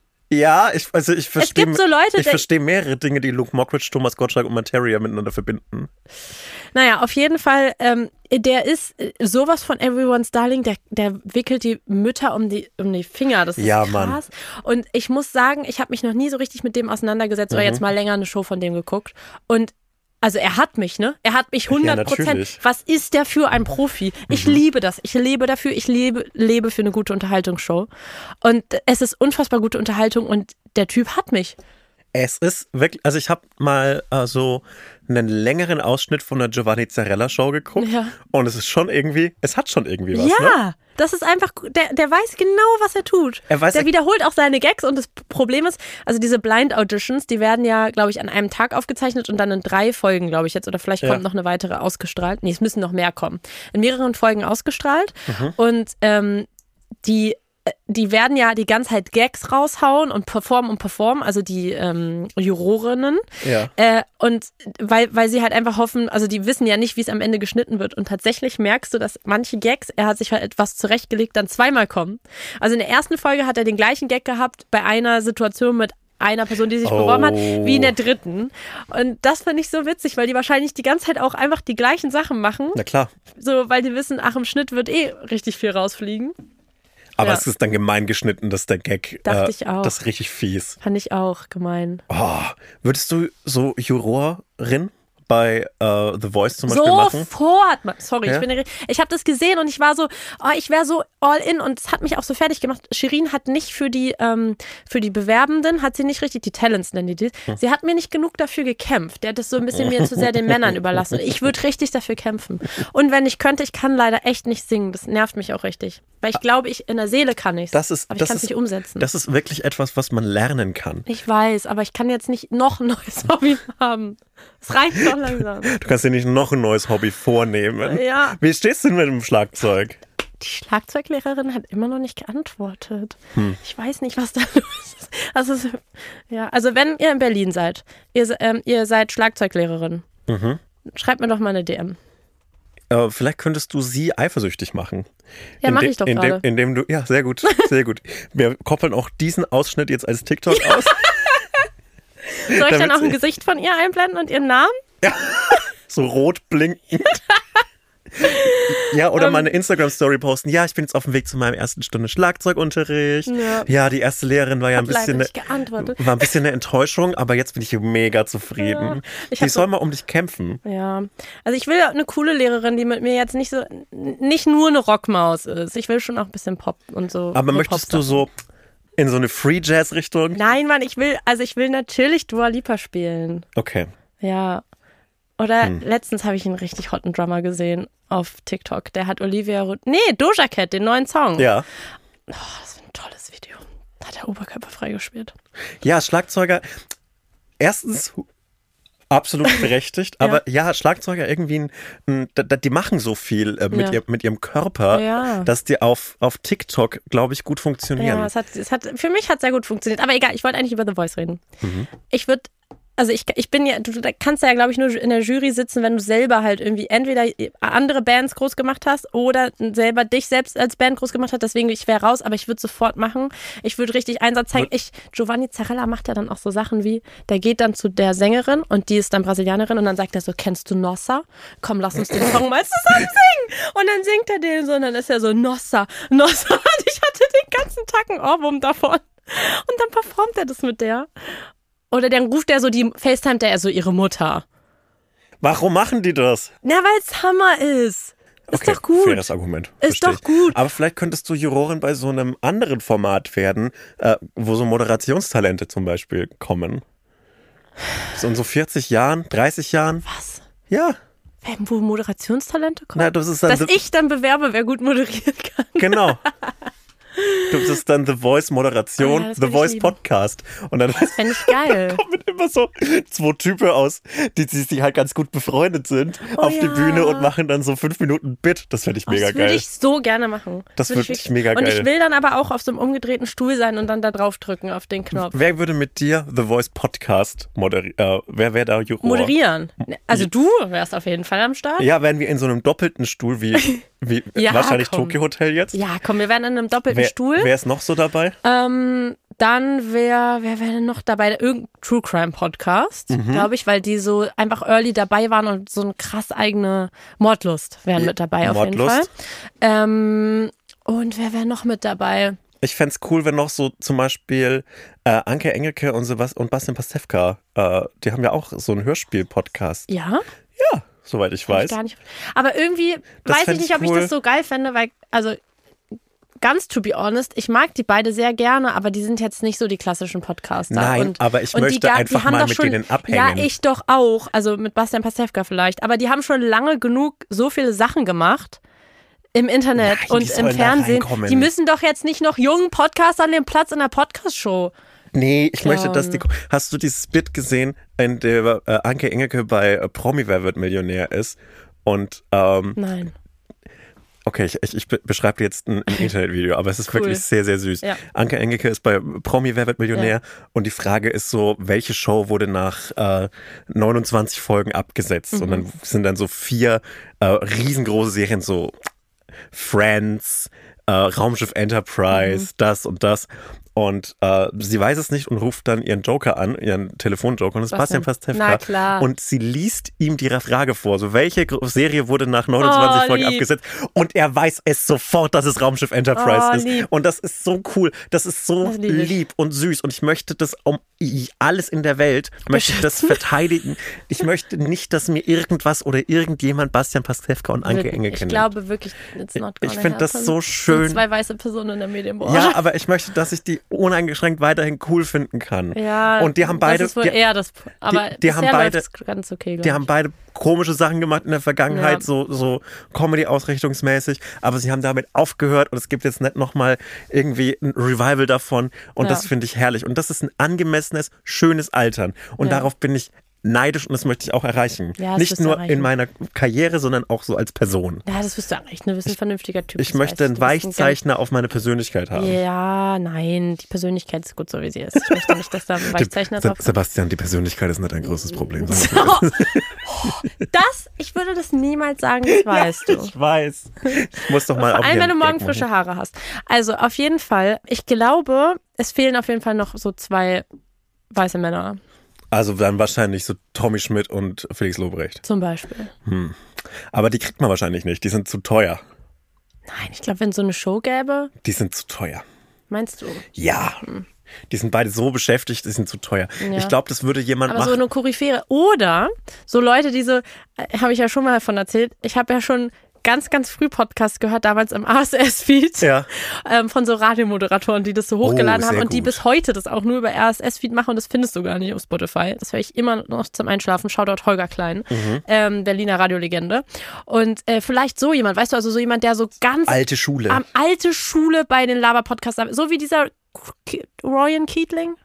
Ja, ich, also ich verstehe, gibt so Leute, ich der- verstehe mehrere Dinge, die Luke Mockridge, Thomas Gottschalk und Materia miteinander verbinden. Naja, auf jeden Fall, ähm, der ist sowas von Everyone's Darling, der, der wickelt die Mütter um die, um die Finger. Das ist Ja, krass. Mann. Und ich muss sagen, ich habe mich noch nie so richtig mit dem auseinandergesetzt oder jetzt mal länger eine Show von dem geguckt. Und also er hat mich, ne? Er hat mich hundert Prozent. natürlich. Was ist der für ein Profi? Ich liebe das. Ich lebe dafür. Ich lebe, lebe für eine gute Unterhaltungsshow. Und es ist unfassbar gute Unterhaltung und der Typ hat mich. Es ist wirklich, also ich habe mal äh, so einen längeren Ausschnitt von der Giovanni Zarella Show geguckt Ja. und es ist schon irgendwie, es hat schon irgendwie was, Ja, ne? das ist einfach, der, der weiß genau, was er tut. Er weiß- der wiederholt auch seine Gags und das Problem ist, also diese Blind Auditions, die werden ja, glaube ich, an einem Tag aufgezeichnet und dann in drei Folgen, glaube ich jetzt, oder vielleicht Ja. kommt noch eine weitere ausgestrahlt. Nee, es müssen noch mehr kommen. In mehreren Folgen ausgestrahlt Mhm. und ähm, die die werden ja die ganze Zeit Gags raushauen und performen und performen, also die ähm, Jurorinnen. Ja. Äh, und weil, weil sie halt einfach hoffen, also die wissen ja nicht, wie es am Ende geschnitten wird. Und tatsächlich merkst du, dass manche Gags, er hat sich halt etwas zurechtgelegt, dann zweimal kommen. Also in der ersten Folge hat er den gleichen Gag gehabt bei einer Situation mit einer Person, die sich Oh. beworben hat, wie in der dritten. Und das finde ich so witzig, weil die wahrscheinlich die ganze Zeit auch einfach die gleichen Sachen machen. Na klar. So, weil die wissen, ach, im Schnitt wird eh richtig viel rausfliegen. Aber Ja. es ist dann gemein geschnitten, dass der Gag, Dachte äh, ich auch. das ist richtig fies. Fand ich auch gemein. Oh, würdest du so Jurorin bei äh, The Voice zum Beispiel machen? Sofort! Sorry, Ja? ich bin der- ich habe das gesehen und ich war so, oh, ich wäre so all in und es hat mich auch so fertig gemacht. Shirin hat nicht für die ähm, für die Bewerbenden, hat sie nicht richtig, die Talents nennen die das, Hm. sie hat mir nicht genug dafür gekämpft. Der hat das so ein bisschen mir zu sehr den Männern überlassen. Ich würde richtig dafür kämpfen. Und wenn ich könnte, ich kann leider echt nicht singen. Das nervt mich auch richtig. Weil ich glaube, ich in der Seele kann ich's. Das ist, aber ich das kann es ist, nicht umsetzen. Das ist wirklich etwas, was man lernen kann. Ich weiß, aber ich kann jetzt nicht noch ein neues Hobby haben. Es reicht doch langsam. Du kannst dir nicht noch ein neues Hobby vornehmen. Ja. Wie stehst du denn mit dem Schlagzeug? Die Schlagzeuglehrerin hat immer noch nicht geantwortet. Hm. Ich weiß nicht, was da los ist. Also, es- ja, also wenn ihr in Berlin seid, ihr, se- ähm, ihr seid Schlagzeuglehrerin, Mhm. schreibt mir doch mal eine D M. Äh, vielleicht könntest du sie eifersüchtig machen. Ja, mach Inde- ich doch indem, gerade. indem du, ja, sehr gut, sehr gut. Wir koppeln auch diesen Ausschnitt jetzt als TikTok aus. Soll ich dann damit auch ein sie- Gesicht von ihr einblenden und ihren Namen? So rot blinkend. Ja, oder mal eine Instagram-Story posten. Ja, ich bin jetzt auf dem Weg zu meinem ersten Stunde Schlagzeugunterricht. Ja. Ja, die erste Lehrerin war ja ein Hab leider bisschen, nicht geantwortet. war ein bisschen eine Enttäuschung, aber jetzt bin ich mega zufrieden. Ja. Ich Die hab so- soll mal um dich kämpfen. Ja, also ich will eine coole Lehrerin, die mit mir jetzt nicht so, nicht nur eine Rockmaus ist. Ich will schon auch ein bisschen Pop und so. Aber so möchtest du Popsachen. so in so eine Free-Jazz-Richtung? Nein, Mann, ich will, also ich will natürlich Dua Lipa spielen. Okay. Ja. Oder Hm. letztens habe ich einen richtig hotten Drummer gesehen auf TikTok. Der hat Olivia Rod- Nee, Doja Cat, den neuen Song. Ja. Oh, das ist ein tolles Video. Da hat der Oberkörper freigespielt. Ja, Schlagzeuger. Erstens absolut berechtigt, aber ja, Schlagzeuger irgendwie, ein, ein, da- da- die machen so viel äh, mit, Ja. ihr, mit ihrem Körper, Ja. dass die auf, auf TikTok, glaube ich, gut funktionieren. Ja, es hat, es hat, für mich hat es sehr gut funktioniert. Aber egal, ich wollte eigentlich über The Voice reden. Mhm. Ich würde also ich, ich bin ja, du kannst ja, glaube ich, nur in der Jury sitzen, wenn du selber halt irgendwie entweder andere Bands groß gemacht hast oder selber dich selbst als Band groß gemacht hast. Deswegen, ich wäre raus, aber ich würde sofort machen. Ich würde richtig Einsatz zeigen. Ich, Giovanni Zarella macht ja dann auch so Sachen wie, der geht dann zu der Sängerin und die ist dann Brasilianerin und dann sagt er so, kennst du Nossa? Komm, lass uns den Song mal zusammen singen. Und dann singt er den so und dann ist er so, Nossa, Nossa. Und ich hatte den ganzen Tag einen Ohrwurm davon. Und dann performt er das mit der. Oder dann ruft er so, die FaceTimet er so ihre Mutter. Warum machen die das? Na, weil es Hammer ist. Ist okay, doch gut. Faires Argument. Ist Versteh doch gut. Aber vielleicht könntest du Jurorin bei so einem anderen Format werden, äh, wo so Moderationstalente zum Beispiel kommen. So in so vierzig Jahren, dreißig Jahren. Was? Ja. Wo Moderationstalente kommen? Na, das ist dann Dass the- ich dann bewerbe, wer gut moderieren kann. Genau. Du bist dann The Voice Moderation, Oh ja, das The will ich Voice lieben. Podcast. Und dann Das fände ich geil. kommen immer so zwei Typen aus, die, die, die halt ganz gut befreundet sind, Oh auf die ja. Bühne und machen dann so fünf Minuten Bit. Das fände ich mega das würde geil. ich so gerne machen. Das würde würd ich mega Und geil. ich will dann aber auch auf so einem umgedrehten Stuhl sein und dann da drauf drücken auf den Knopf. Wer würde mit dir The Voice Podcast moderieren? Äh, wer wäre da Juror? Moderieren. Also du wärst auf jeden Fall am Start. Ja, wären wir in so einem doppelten Stuhl wie, wie Ja, wahrscheinlich komm. Tokyo Hotel jetzt? Ja, komm, wir wären in einem doppelten Wer, Stuhl. wer ist noch so dabei? Ähm, dann wär, wer wäre denn noch dabei? Irgendein True Crime Podcast, Mhm. glaube ich, weil die so einfach early dabei waren und so eine krass eigene Mordlust wären mit dabei auf jeden Fall. Mordlust. Ähm, und wer wäre noch mit dabei? Ich fände es cool, wenn noch so zum Beispiel äh, Anke Engelke und, Sebast- und Bastian Pastewka, äh, die haben ja auch so einen Hörspiel-Podcast. Ja? Ja, soweit ich Hab weiß. Ich gar nicht. Aber irgendwie Das weiß ich fänd nicht, ich ob ich cool. das so geil fände, weil, also ganz to be honest, ich mag die beide sehr gerne, aber die sind jetzt nicht so die klassischen Podcaster. Nein, und, aber ich und möchte die, ga- einfach die haben mal doch mit schon, denen abhängen. Ja, ich doch auch. Also mit Bastian Pastewka vielleicht. Aber die haben schon lange genug so viele Sachen gemacht im Internet Nein, die und im sollen da Fernsehen. reinkommen. Die müssen doch jetzt nicht noch jungen Podcastern den Platz in der Podcast-Show. Nee, ich möchte, dass die. Clown. Hast du dieses Bit gesehen, in der äh, Anke Engelke bei äh, Promi Wer wird Millionär ist? Und ähm, Nein. okay, ich, ich, ich be- beschreibe dir jetzt ein, ein Internetvideo, aber es ist Cool. wirklich sehr, sehr süß. Ja. Anke Engelke ist bei Promi Wer wird Millionär Ja. und die Frage ist so, welche Show wurde nach äh, neunundzwanzig Folgen abgesetzt? Mhm. Und dann sind dann so vier äh, riesengroße Serien, so Friends, äh, Raumschiff Enterprise, Mhm. das und das. Und äh, sie weiß es nicht und ruft dann ihren Joker an, ihren Telefonjoker, und das ist Bastian Was denn? Pastewka. Na klar. Und sie liest ihm die Frage vor, so welche Gro- Serie wurde nach neunundzwanzig Oh, Folgen lieb. abgesetzt? Und er weiß es sofort, dass es Raumschiff Enterprise Oh, ist. lieb. Und das ist so cool, das ist so Das lieb ich. lieb und süß. Und ich möchte das um i- alles in der Welt, möchte ich das verteidigen. Ich möchte nicht, dass mir irgendwas oder irgendjemand Bastian Pastewka und Anke Engelke Ich nennt. glaube wirklich, it's not gonna Ich finde das happen. so schön. Sind zwei weiße Personen in der Medienbranche. Ja, aber ich möchte, dass ich die uneingeschränkt weiterhin cool finden kann. Ja, und die haben beide, das ist wohl die, eher das, aber die haben bisher beide- läuft's ganz okay, glaub die ich. haben beide komische Sachen gemacht in der Vergangenheit, Ja. so, so Comedy-ausrichtungsmäßig, aber sie haben damit aufgehört und es gibt jetzt nicht nochmal irgendwie ein Revival davon und Ja. das finde ich herrlich. Und das ist ein angemessenes, schönes Altern und Ja. darauf bin ich neidisch und das möchte ich auch erreichen. Ja, das Nicht wirst du nur erreichen. in meiner Karriere, sondern auch so als Person. Ja, das wirst du erreichen. Du bist ein vernünftiger Typ. Ich das möchte weiß einen Du bist ein Weichzeichner auf meine Persönlichkeit ganz- haben. Ja, nein, die Persönlichkeit ist gut so, wie sie ist. Ich möchte nicht, dass da ein Weichzeichner Se- drauf ist. Sebastian, die Persönlichkeit ist nicht ein größtes Problem. So. Das, ich würde das niemals sagen, das weißt du. Ich weiß. Ich muss doch mal Vor auf allem, hier wenn du einen morgen Gag machen. frische Haare hast. Also auf jeden Fall, ich glaube, es fehlen auf jeden Fall noch so zwei weiße Männer, Also dann wahrscheinlich so Tommy Schmidt und Felix Lobrecht. zum Beispiel. Aber die kriegt man wahrscheinlich nicht. Die sind zu teuer. Nein, ich glaube, wenn es so eine Show gäbe, Die sind zu teuer. meinst du? Ja. Die sind beide so beschäftigt, die sind zu teuer. Ja. Ich glaube, das würde jemand Aber so machen. eine Koryphäre. Oder so Leute, die so, äh, habe ich ja schon mal davon erzählt, ich habe ja schon ganz, ganz früh Podcast gehört, damals im A S S-Feed, Ja. ähm, von so Radiomoderatoren, die das so hochgeladen Oh, haben sehr und die gut. bis heute das auch nur über R S S-Feed machen und das findest du gar nicht auf Spotify. Das höre ich immer noch zum Einschlafen. Shoutout Holger Klein, Mhm. ähm, Berliner Radiolegende. Und äh, vielleicht so jemand, weißt du, also so jemand, der so ganz Alte Schule. am alte Schule bei den Laber-Podcasts, so wie dieser Ke- Ryan Keatling.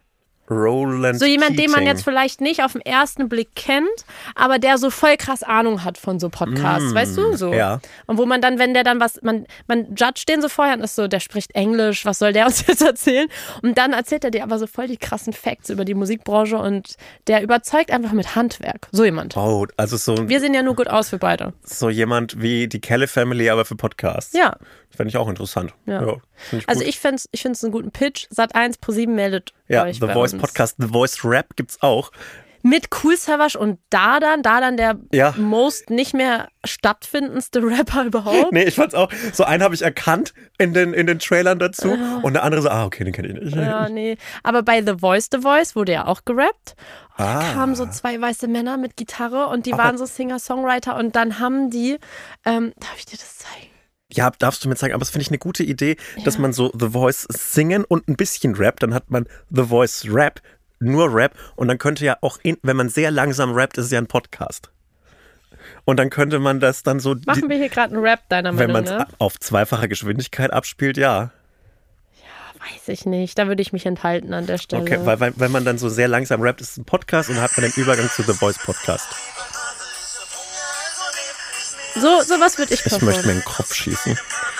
Roland So jemand, den man Keating. jetzt vielleicht nicht auf den ersten Blick kennt, aber der so voll krass Ahnung hat von so Podcasts, Mm, weißt du? So. ja. Und wo man dann, wenn der dann was, man, man judgt den so vorher und ist so, der spricht Englisch, was soll der uns jetzt erzählen? Und dann erzählt er dir aber so voll die krassen Facts über die Musikbranche und der überzeugt einfach mit Handwerk. So jemand. Oh, also so, Wir sehen ja nur gut aus für beide. so jemand wie die Kelle Family, aber für Podcasts. Ja. Fände ich auch interessant. Ja. find ich Also gut. ich finde es ich find's einen guten Pitch. Sat eins Pro sieben meldet Ja, euch The bei Voice uns. Podcast, The Voice Rap gibt's auch. Mit Cool Savage und Dardan. Dardan der Ja. most nicht mehr stattfindendste Rapper überhaupt. Nee, ich fand's auch. So einen habe ich erkannt in den, in den Trailern dazu und der andere so, ah, okay, den kenne ich nicht. Ja, nee. Aber bei The Voice, The Voice wurde ja auch gerappt. Da Ah. kamen so zwei weiße Männer mit Gitarre und die Aber- waren so Singer-Songwriter und dann haben die, ähm, darf ich dir das zeigen? Ja, darfst du mir zeigen, aber das finde ich eine gute Idee, dass man so The Voice singen und ein bisschen rappt, dann hat man The Voice Rap, nur Rap und dann könnte ja auch, in, wenn man sehr langsam rappt, ist es ja ein Podcast. Und dann könnte man das dann so, Machen die, wir hier gerade einen Rap deiner wenn Meinung man es nach? auf zweifache Geschwindigkeit abspielt, ja. Weiß ich nicht, da würde ich mich enthalten an der Stelle. Okay, weil, weil wenn man dann so sehr langsam rappt, ist es ein Podcast und dann hat man den Übergang zu The Voice Podcast. So, sowas würde ich Ich performen. möchte mir in den Kopf schießen.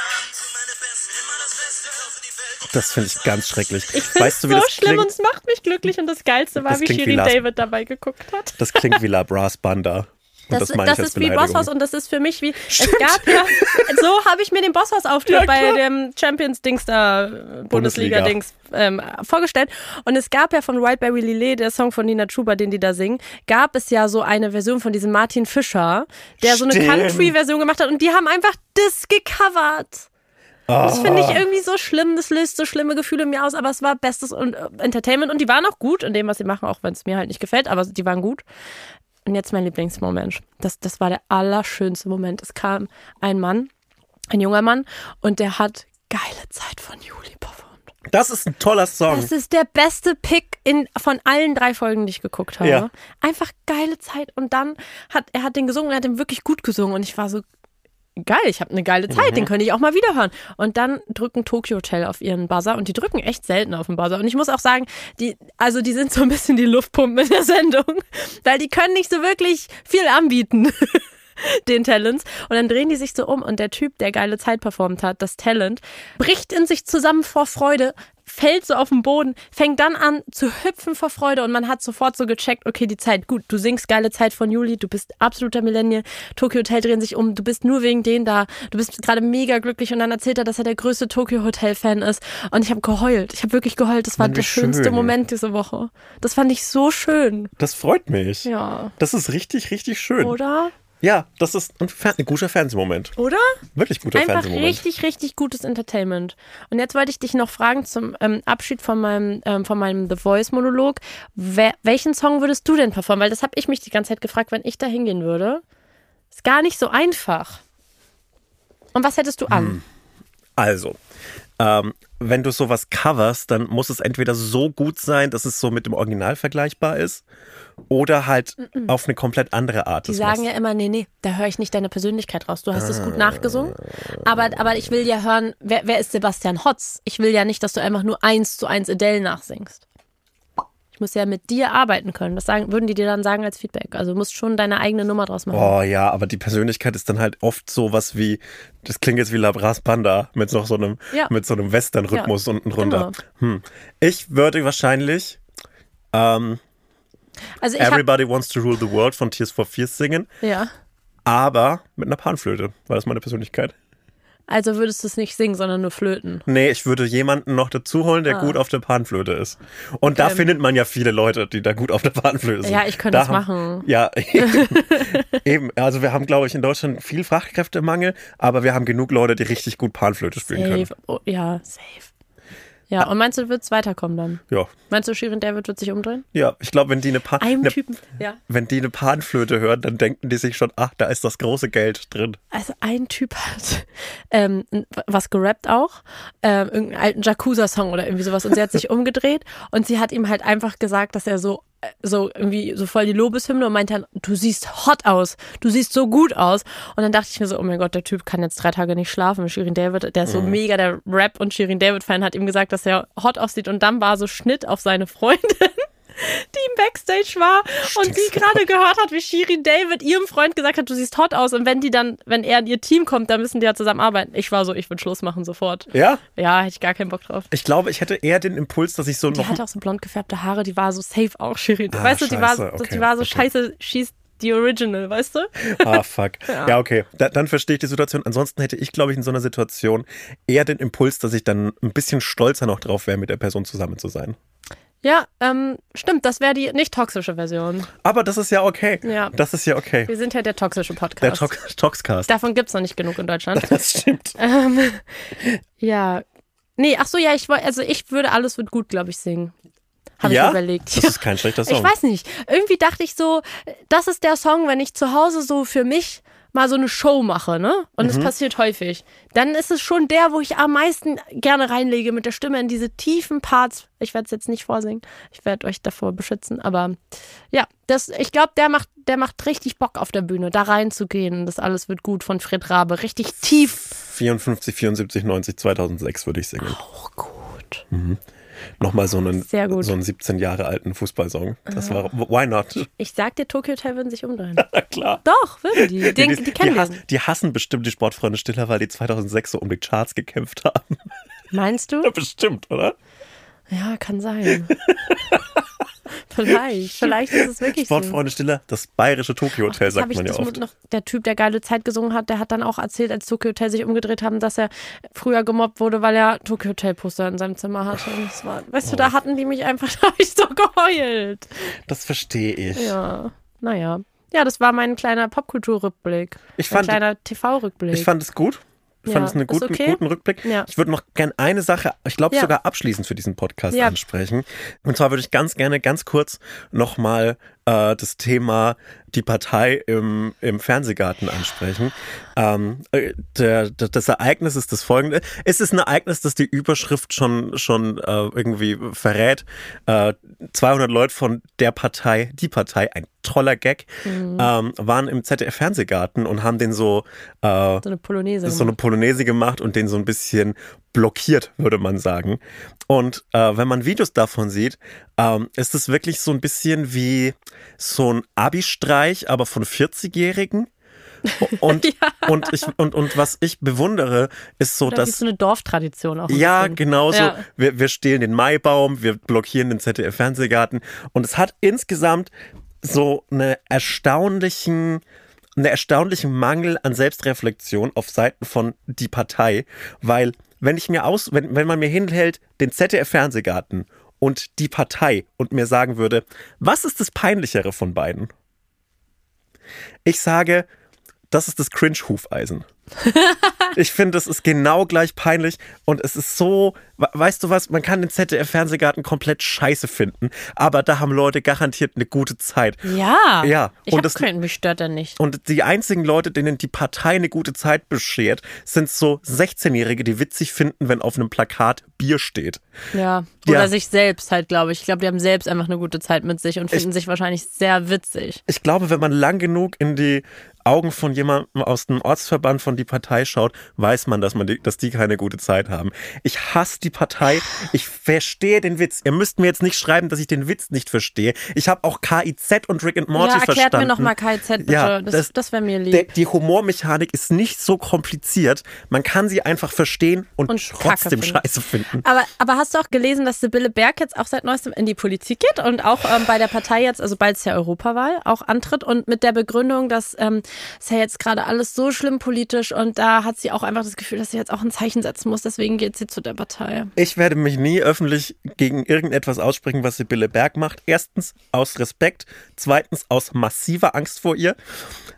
Das finde ich ganz schrecklich. Ich finde es weißt du, wie so das schlimm klingt? und es macht mich glücklich und das Geilste war, Das wie klingt wie Shirin Lars- David dabei geguckt hat. Das klingt wie La Brass Banda. Und Das, das, meine das ich als ist wie Beleidigung. Bosshaus und das ist für mich wie, es gab ja, so habe ich mir den Bosshaus-Auftritt Ja, bei klar. dem Champions-Dings da, äh, Bundesliga-Dings ähm, vorgestellt und es gab ja von Wildberry Lillet, der Song von Nina Chuba, den die da singen, gab es ja so eine Version von diesem Martin Fischer, der so eine Stimmt. Country-Version gemacht hat und die haben einfach das gecovert. Das finde ich irgendwie so schlimm, das löst so schlimme Gefühle in mir aus, aber es war bestes und äh, Entertainment und die waren auch gut in dem, was sie machen, auch wenn es mir halt nicht gefällt, aber die waren gut. Und jetzt mein Lieblingsmoment. Das, das war der allerschönste Moment. Es kam ein Mann, ein junger Mann, und der hat Geile Zeit von Juli performt. Das ist ein toller Song. Das ist der beste Pick in, von allen drei Folgen, die ich geguckt habe. Ja. Einfach geile Zeit. Und dann hat er hat den gesungen, er hat den wirklich gut gesungen. Und ich war so, geil, ich habe eine geile Zeit, Mhm. den könnte ich auch mal wieder hören. Und dann drücken Tokyo Hotel auf ihren Buzzer und die drücken echt selten auf den Buzzer. Und ich muss auch sagen, die, also die sind so ein bisschen die Luftpumpen in der Sendung, weil die können nicht so wirklich viel anbieten. Den Talents. Und dann drehen die sich so um und der Typ, der geile Zeit performt hat, das Talent, bricht in sich zusammen vor Freude, fällt so auf den Boden, fängt dann an zu hüpfen vor Freude und man hat sofort so gecheckt, okay, die Zeit, gut, du singst geile Zeit von Juli, du bist absoluter Millennial, Tokyo Hotel drehen sich um, du bist nur wegen denen da, du bist gerade mega glücklich und dann erzählt er, dass er der größte Tokyo Hotel Fan ist und ich habe geheult, ich habe wirklich geheult, das war Mann, wie der schönste schön. Moment diese Woche. Das fand ich so schön. Das freut mich. Ja. Das ist richtig, richtig schön. Oder? Ja, das ist ein, Fer- ein guter Fernsehmoment. Oder? Wirklich guter Einfach Fernsehmoment. richtig, richtig gutes Entertainment. Und jetzt wollte ich dich noch fragen zum ähm, Abschied von meinem, ähm, von meinem The Voice-Monolog. Wer, welchen Song würdest du denn performen? Weil das habe ich mich die ganze Zeit gefragt, wenn ich da hingehen würde. Ist gar nicht so einfach. Und was hättest du an? Also, ähm, wenn du sowas coverst, dann muss es entweder so gut sein, dass es so mit dem Original vergleichbar ist, oder halt auf eine komplett andere Art. Die das sagen machst. ja immer, nee, nee, da höre ich nicht deine Persönlichkeit raus. Du hast es gut nachgesungen. Aber, aber ich will ja hören, wer, wer ist Sebastian Hotz? Ich will ja nicht, dass du einfach nur eins zu eins Adele nachsingst. Ich muss ja mit dir arbeiten können. Das sagen, würden die dir dann sagen als Feedback. Also du musst schon deine eigene Nummer draus machen. Oh ja, aber die Persönlichkeit ist dann halt oft sowas wie, das klingt jetzt wie La Brass Banda mit noch so einem, Ja. mit so einem Western-Rhythmus Ja, unten drunter. genau. Hm. Ich würde wahrscheinlich ähm, Also ich hab, Everybody Wants to Rule the World von Tears for Fears singen, ja. aber mit einer Panflöte, weil das meine Persönlichkeit. Also würdest du es nicht singen, sondern nur flöten. Nee, ich würde jemanden noch dazu holen, der Ah. gut auf der Panflöte ist. Und da Okay. findet man ja viele Leute, die da gut auf der Panflöte sind. Ja, ich könnte Da das haben- machen. Ja, eben. eben. Also wir haben, glaube ich, in Deutschland viel Fachkräftemangel, aber wir haben genug Leute, die richtig gut Panflöte spielen können. Safe. Oh, ja, safe. Ja, und meinst du, wird es weiterkommen dann? Ja, Meinst du, Shirin David wird sich umdrehen? ja. Ich glaube, wenn die eine Pan Einem eine, Typen, ja. wenn die eine Panflöte hören, dann denken die sich schon, ach, da ist das große Geld drin. Also ein Typ hat ähm, was gerappt auch, ähm, irgendeinen alten Jakuza-Song oder irgendwie sowas und sie hat sich umgedreht und sie hat ihm halt einfach gesagt, dass er so so irgendwie so voll die Lobeshymne und meinte dann, du siehst hot aus, du siehst so gut aus. Und dann dachte ich mir so, oh mein Gott, der Typ kann jetzt drei Tage nicht schlafen. Shirin David, der ist so mhm. mega der Rap- und Shirin David-Fan, hat ihm gesagt, dass er hot aussieht. Und dann war so Schnitt auf seine Freundin, die im Backstage war und die gerade gehört hat, wie Shirin David ihrem Freund gesagt hat, du siehst hot aus und wenn die dann, wenn er in ihr Team kommt, dann müssen die ja zusammenarbeiten. Ich war so, ich würde Schluss machen sofort. Ja? Ja, hätte ich gar keinen Bock drauf. Ich glaube, ich hätte eher den Impuls, dass ich so die noch... Die hatte auch so blond gefärbte Haare, die war so safe auch Shirin. Ah, weißt du, die war, okay, die war so okay. scheiße, she's the original, weißt du? Ah, fuck. Ja, ja okay. Da, dann verstehe ich die Situation. Ansonsten hätte ich, glaube ich, in so einer Situation eher den Impuls, dass ich dann ein bisschen stolzer noch drauf wäre, mit der Person zusammen zu sein. Ja, ähm, stimmt, das wäre die nicht toxische Version. Aber das ist ja okay. Ja. Das ist ja okay. Wir sind ja der toxische Podcast. Der Tox- Toxcast. Davon gibt es noch nicht genug in Deutschland. Das stimmt. Ähm, ja. Nee, ach so, ja, ich wollte, also ich würde Alles wird gut, glaube ich, singen. Habe ja? ich überlegt. Das ist kein schlechter Song. Ich weiß nicht. Irgendwie dachte ich so, das ist der Song, wenn ich zu Hause so für mich mal so eine Show mache, ne? Und es mhm. passiert häufig. Dann ist es schon der, wo ich am meisten gerne reinlege mit der Stimme in diese tiefen Parts. Ich werde es jetzt nicht vorsingen. Ich werde euch davor beschützen. Aber ja, das, ich glaube, der macht, der macht richtig Bock auf der Bühne, da reinzugehen. Das Alles wird gut von Fred Rabe. Richtig tief. vierundfünfzig, vierundsiebzig, neunzig, zweitausendsechs würde ich singen. Auch gut. Mhm. Nochmal so einen, Sehr gut. so einen siebzehn Jahre alten Fußballsong. Das war, why not? Ich sag dir, Tokyo Hotel würden sich umdrehen. Klar. Doch, würden die. Die, die, die kennen die, wir. hassen, die hassen bestimmt die Sportfreunde Stiller, weil die zweitausendsechs so um die Charts gekämpft haben. Meinst du? Ja, bestimmt, oder? Ja, kann sein. Vielleicht, vielleicht ist es wirklich Sportfreunde so. Stiller, das bayerische Tokyo Hotel, Ach, sagt ich, man ja das oft. Noch, der Typ, der geile Zeit gesungen hat, der hat dann auch erzählt, als Tokyo Hotel sich umgedreht haben, dass er früher gemobbt wurde, weil er Tokyo Hotel Poster in seinem Zimmer hatte. Und das war, weißt oh. du, da hatten die mich einfach, da habe ich so geheult. Das verstehe ich. Ja, naja. Ja, das war mein kleiner Popkulturrückblick. Ich fand, mein kleiner T V-Rückblick. Ich fand es gut. Ich ja, fand es einen guten, okay? guten Rückblick. Ja. Ich würde noch gerne eine Sache, ich glaube ja. sogar abschließend für diesen Podcast ja. ansprechen. Und zwar würde ich ganz gerne ganz kurz nochmal äh, das Thema die Partei im, im Fernsehgarten ansprechen. Ähm, der, der, das Ereignis ist das folgende. Es ist ein Ereignis, das die Überschrift schon, schon äh, irgendwie verrät. Äh, zweihundert Leute von der Partei, die Partei, ein toller Gag, mhm. ähm, waren im Z D F-Fernsehgarten und haben den so, äh, so eine Polonaise so eine Polonaise gemacht und den so ein bisschen blockiert, würde man sagen. Und äh, wenn man Videos davon sieht, ähm, ist es wirklich so ein bisschen wie so ein Abi-Streich, aber von vierzigjährigen. Und, ja. und, ich, und, und was ich bewundere, ist so, Oder dass... wie so eine Dorftradition auch. Ja, genau so. Ja. Wir, wir stehlen den Maibaum, wir blockieren den Z D F-Fernsehgarten. Und es hat insgesamt so eine erstaunlichen... einen erstaunlichen Mangel an Selbstreflexion auf Seiten von die Partei, weil wenn ich mir aus, wenn, wenn man mir hinhält, den Z D F-Fernsehgarten und die Partei und mir sagen würde, was ist das Peinlichere von beiden? Ich sage, das ist das Cringe-Hufeisen. Ich finde, das ist genau gleich peinlich und es ist so, weißt du was, man kann den Z D F-Fernsehgarten komplett scheiße finden, aber da haben Leute garantiert eine gute Zeit. Ja, ja. ich und hab keinen, mich stört er nicht. Und die einzigen Leute, denen die Partei eine gute Zeit beschert, sind so sechzehnjährige, die witzig finden, wenn auf einem Plakat Bier steht. Ja, oder ja. sich selbst halt, glaube ich. Ich glaube, die haben selbst einfach eine gute Zeit mit sich und finden ich, sich wahrscheinlich sehr witzig. Ich glaube, wenn man lang genug in die Augen von jemandem aus dem Ortsverband von die Partei schaut, weiß man, dass man die, dass die keine gute Zeit haben. Ich hasse die Partei. Ich verstehe den Witz. Ihr müsst mir jetzt nicht schreiben, dass ich den Witz nicht verstehe. Ich habe auch K I Z und Rick and Morty ja, erklärt verstanden. mir nochmal K I Z, bitte. Ja, das das, das wäre mir lieb. Der, die Humormechanik ist nicht so kompliziert. Man kann sie einfach verstehen und, und trotzdem scheiße finden. Aber, aber hast du auch gelesen, dass Sibylle Berg jetzt auch seit neuestem in die Politik geht und auch ähm, bei der Partei jetzt, also bald ist ja Europawahl, auch antritt und mit der Begründung, dass ähm, es ja jetzt gerade alles so schlimm politisch und da hat sie auch einfach das Gefühl, dass sie jetzt auch ein Zeichen setzen muss, deswegen geht sie zu der Partei. Ich werde mich nie öffentlich gegen irgendetwas aussprechen, was Sibylle Berg macht. Erstens aus Respekt, zweitens aus massiver Angst vor ihr.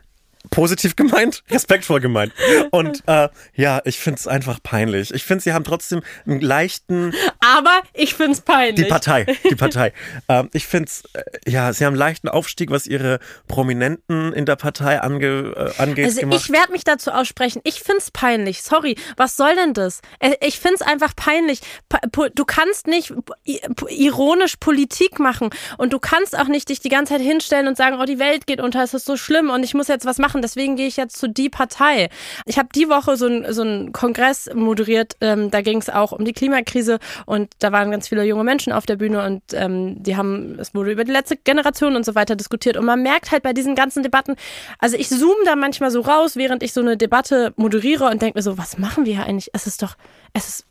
positiv gemeint, respektvoll gemeint. Und äh, ja, ich finde es einfach peinlich. Ich finde, sie haben trotzdem einen leichten... Aber ich finde es peinlich. Die Partei, die Partei. ähm, ich finde es, äh, ja, sie haben einen leichten Aufstieg, was ihre Prominenten in der Partei ange, äh, angeht. Also gemacht. ich werde mich dazu aussprechen. Ich finde es peinlich. Sorry, was soll denn das? Ich finde es einfach peinlich. Du kannst nicht ironisch Politik machen und du kannst auch nicht dich die ganze Zeit hinstellen und sagen, oh, die Welt geht unter, es ist so schlimm und ich muss jetzt was machen. Deswegen gehe ich jetzt zu die Partei. Ich habe die Woche so einen so einen Kongress moderiert, ähm, da ging es auch um die Klimakrise und da waren ganz viele junge Menschen auf der Bühne und ähm, die haben, es wurde über die letzte Generation und so weiter diskutiert und man merkt halt bei diesen ganzen Debatten, also ich zoome da manchmal so raus, während ich so eine Debatte moderiere und denke mir so, was machen wir hier eigentlich? Es ist doch, es ist...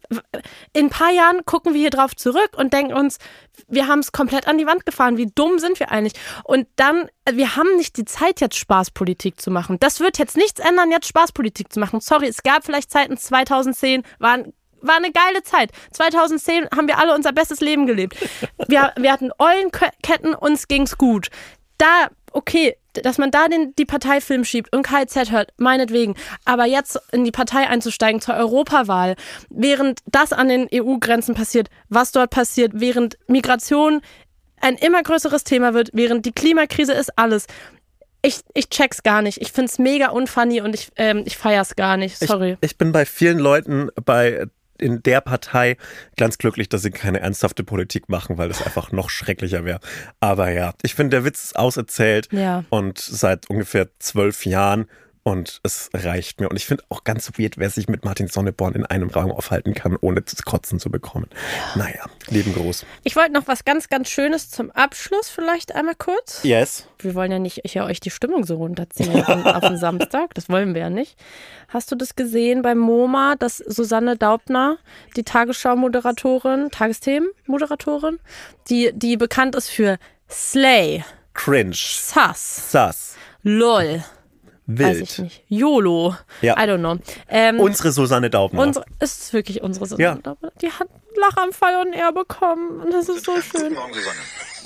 In ein paar Jahren gucken wir hier drauf zurück und denken uns, wir haben es komplett an die Wand gefahren. Wie dumm sind wir eigentlich? Und dann, wir haben nicht die Zeit, jetzt Spaßpolitik zu machen. Das wird jetzt nichts ändern, jetzt Spaßpolitik zu machen. Sorry, es gab vielleicht Zeiten zweitausendzehn, waren War eine geile Zeit. zweitausendzehn haben wir alle unser bestes Leben gelebt. Wir, wir hatten Eulenketten, uns ging's gut. Da, okay, dass man da den, die Parteifilm schiebt und K Z hört, meinetwegen. Aber jetzt in die Partei einzusteigen zur Europawahl, während das an den E U-Grenzen passiert, was dort passiert, während Migration ein immer größeres Thema wird, während die Klimakrise ist, alles. Ich, ich check's gar nicht. Ich find's mega unfunny und ich, ähm, ich feier's gar nicht. Sorry. Ich, ich bin bei vielen Leuten bei in der Partei ganz glücklich, dass sie keine ernsthafte Politik machen, weil das einfach noch schrecklicher wäre. Aber ja, ich finde, der Witz ist auserzählt ja. und seit ungefähr zwölf Jahren und es reicht mir. Und ich finde auch ganz weird, wer sich mit Martin Sonneborn in einem Raum aufhalten kann, ohne zu kotzen zu bekommen. Naja, Leben groß. Ich wollte noch was ganz, ganz Schönes zum Abschluss vielleicht einmal kurz. Yes. Wir wollen ja nicht hier euch die Stimmung so runterziehen auf, auf den Samstag. Das wollen wir ja nicht. Hast du das gesehen beim MoMA, dass Susanne Daubner, die Tagesschau-Moderatorin, Tagesthemen-Moderatorin, die, die bekannt ist für Slay, Cringe, Sass, Sass, LOL, Wild. weiß ich nicht, YOLO, ja. I don't know. Ähm, unsere Susanne Daubner. Unsere, ist es wirklich unsere Susanne ja. Daubner? Die hat einen Lachanfall und er bekommen und das ist so schön. Guten Morgen, Susanne.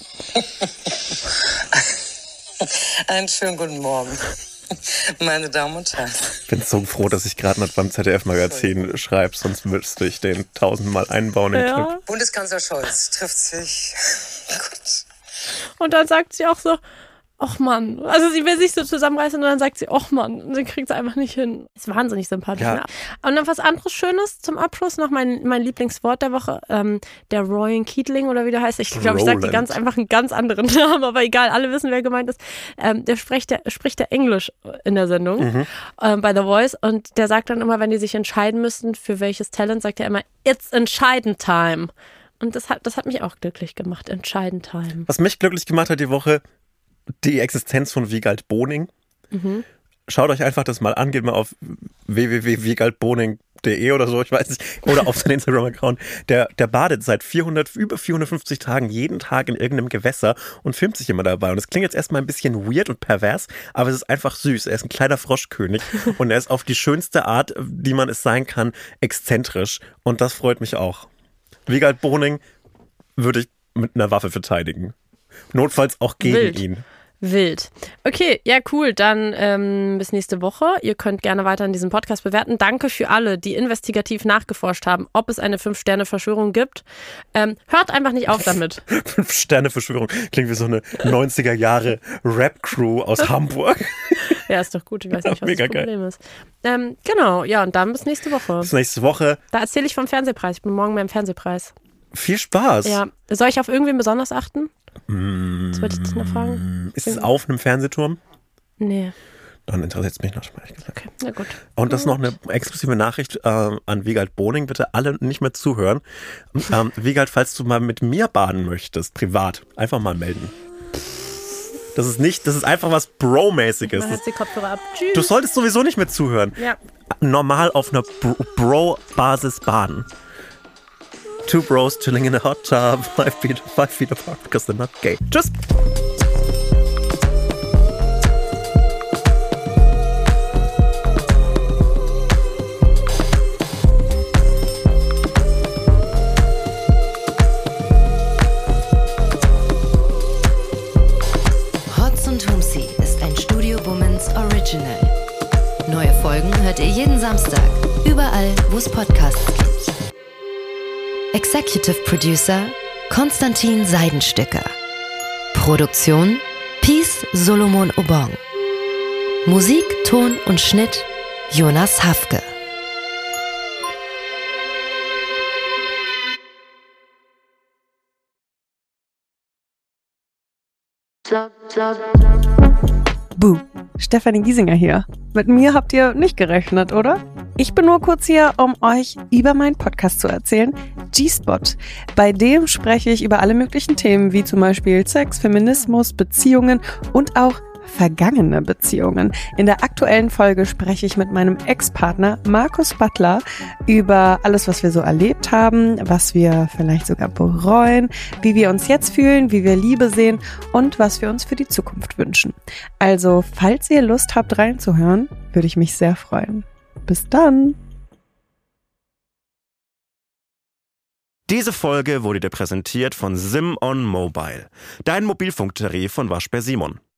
Einen schönen guten Morgen, meine Damen und Herren. Ich bin so froh, dass ich gerade noch beim Z D F-Magazin schreibe, sonst müsste ich den tausendmal einbauen im Ja. Clip. Bundeskanzler Scholz trifft sich. Gut. Und dann sagt sie auch so, ach Mann. Also sie will sich so zusammenreißen und dann sagt sie, ach Mann. Und sie kriegt es einfach nicht hin. Ist wahnsinnig sympathisch. Ja. Ne? Und dann was anderes Schönes zum Abschluss noch, mein, mein Lieblingswort der Woche, ähm, der Royan Keatling oder wie der heißt. Ich glaube, ich sage die ganz einfach einen ganz anderen Namen, aber egal, alle wissen, wer gemeint ist. Ähm, der spricht der spricht der Englisch in der Sendung Mhm. ähm, bei The Voice und der sagt dann immer, wenn die sich entscheiden müssten, für welches Talent, sagt er immer, it's entscheidend time. Und das hat, das hat mich auch glücklich gemacht, entscheidend time. Was mich glücklich gemacht hat die Woche, die Existenz von Wiegald Boning. Mhm. Schaut euch einfach das mal an, geht mal auf w w w punkt wiegald boning punkt de oder so, ich weiß nicht, oder auf seinen Instagram-Account. Der, der badet seit vierhundert, über vierhundertfünfzig Tagen jeden Tag in irgendeinem Gewässer und filmt sich immer dabei. Und das klingt jetzt erstmal ein bisschen weird und pervers, aber es ist einfach süß. Er ist ein kleiner Froschkönig und er ist auf die schönste Art, die man es sein kann, exzentrisch. Und das freut mich auch. Wiegald Boning würde ich mit einer Waffe verteidigen. Notfalls auch gegen Wild. ihn. Wild. Okay, ja cool. Dann ähm, bis nächste Woche. Ihr könnt gerne weiter in diesem Podcast bewerten. Danke für alle, die investigativ nachgeforscht haben, ob es eine Fünf-Sterne-Verschwörung gibt. Ähm, hört einfach nicht auf damit. Fünf-Sterne-Verschwörung. Klingt wie so eine neunziger-Jahre-Rap-Crew aus Hamburg. Ja, ist doch gut. Ich weiß nicht, was Mega das Problem geil. ist. Ähm, genau, ja, und dann bis nächste Woche. Bis nächste Woche. Da erzähle ich vom Fernsehpreis. Ich bin morgen beim Fernsehpreis. Viel Spaß. Ja. Soll ich auf irgendwen besonders achten? Das wollte ich dich noch fragen. Ist es auf einem Fernsehturm? Nee. Dann interessiert es mich noch, ehrlich gesagt. Okay, na gut. Und das ist noch eine exklusive Nachricht äh, an Wiegald Boning. Bitte alle nicht mehr zuhören. ähm, Wiegald, falls du mal mit mir baden möchtest, privat, einfach mal melden. Das ist nicht, das ist einfach was Bro-mäßiges. Man hört die Kopfhörer ab. Tschüss. Du solltest sowieso nicht mehr zuhören. Ja. Normal auf einer Bro-Basis baden. Two bros chilling in a hot tub, five feet, five feet apart, because they're not gay. Tschüss! Hotz und Humsi ist ein Studio Womans Original. Original. Neue Folgen hört ihr jeden Samstag, überall, wo es Podcasts gibt. Executive Producer Konstantin Seidenstücker. Produktion Peace Solomon Obong. Musik, Ton und Schnitt Jonas Hafke. Buh, Stefanie Giesinger hier. Mit mir habt ihr nicht gerechnet, oder? Ich bin nur kurz hier, um euch über meinen Podcast zu erzählen, G-Spot. Bei dem spreche ich über alle möglichen Themen, wie zum Beispiel Sex, Feminismus, Beziehungen und auch vergangene Beziehungen. In der aktuellen Folge spreche ich mit meinem Ex-Partner Markus Butler über alles, was wir so erlebt haben, was wir vielleicht sogar bereuen, wie wir uns jetzt fühlen, wie wir Liebe sehen und was wir uns für die Zukunft wünschen. Also, falls ihr Lust habt reinzuhören, würde ich mich sehr freuen. Bis dann! Diese Folge wurde dir präsentiert von SimOn Mobile, dein Mobilfunktarif von Waschbär Simon.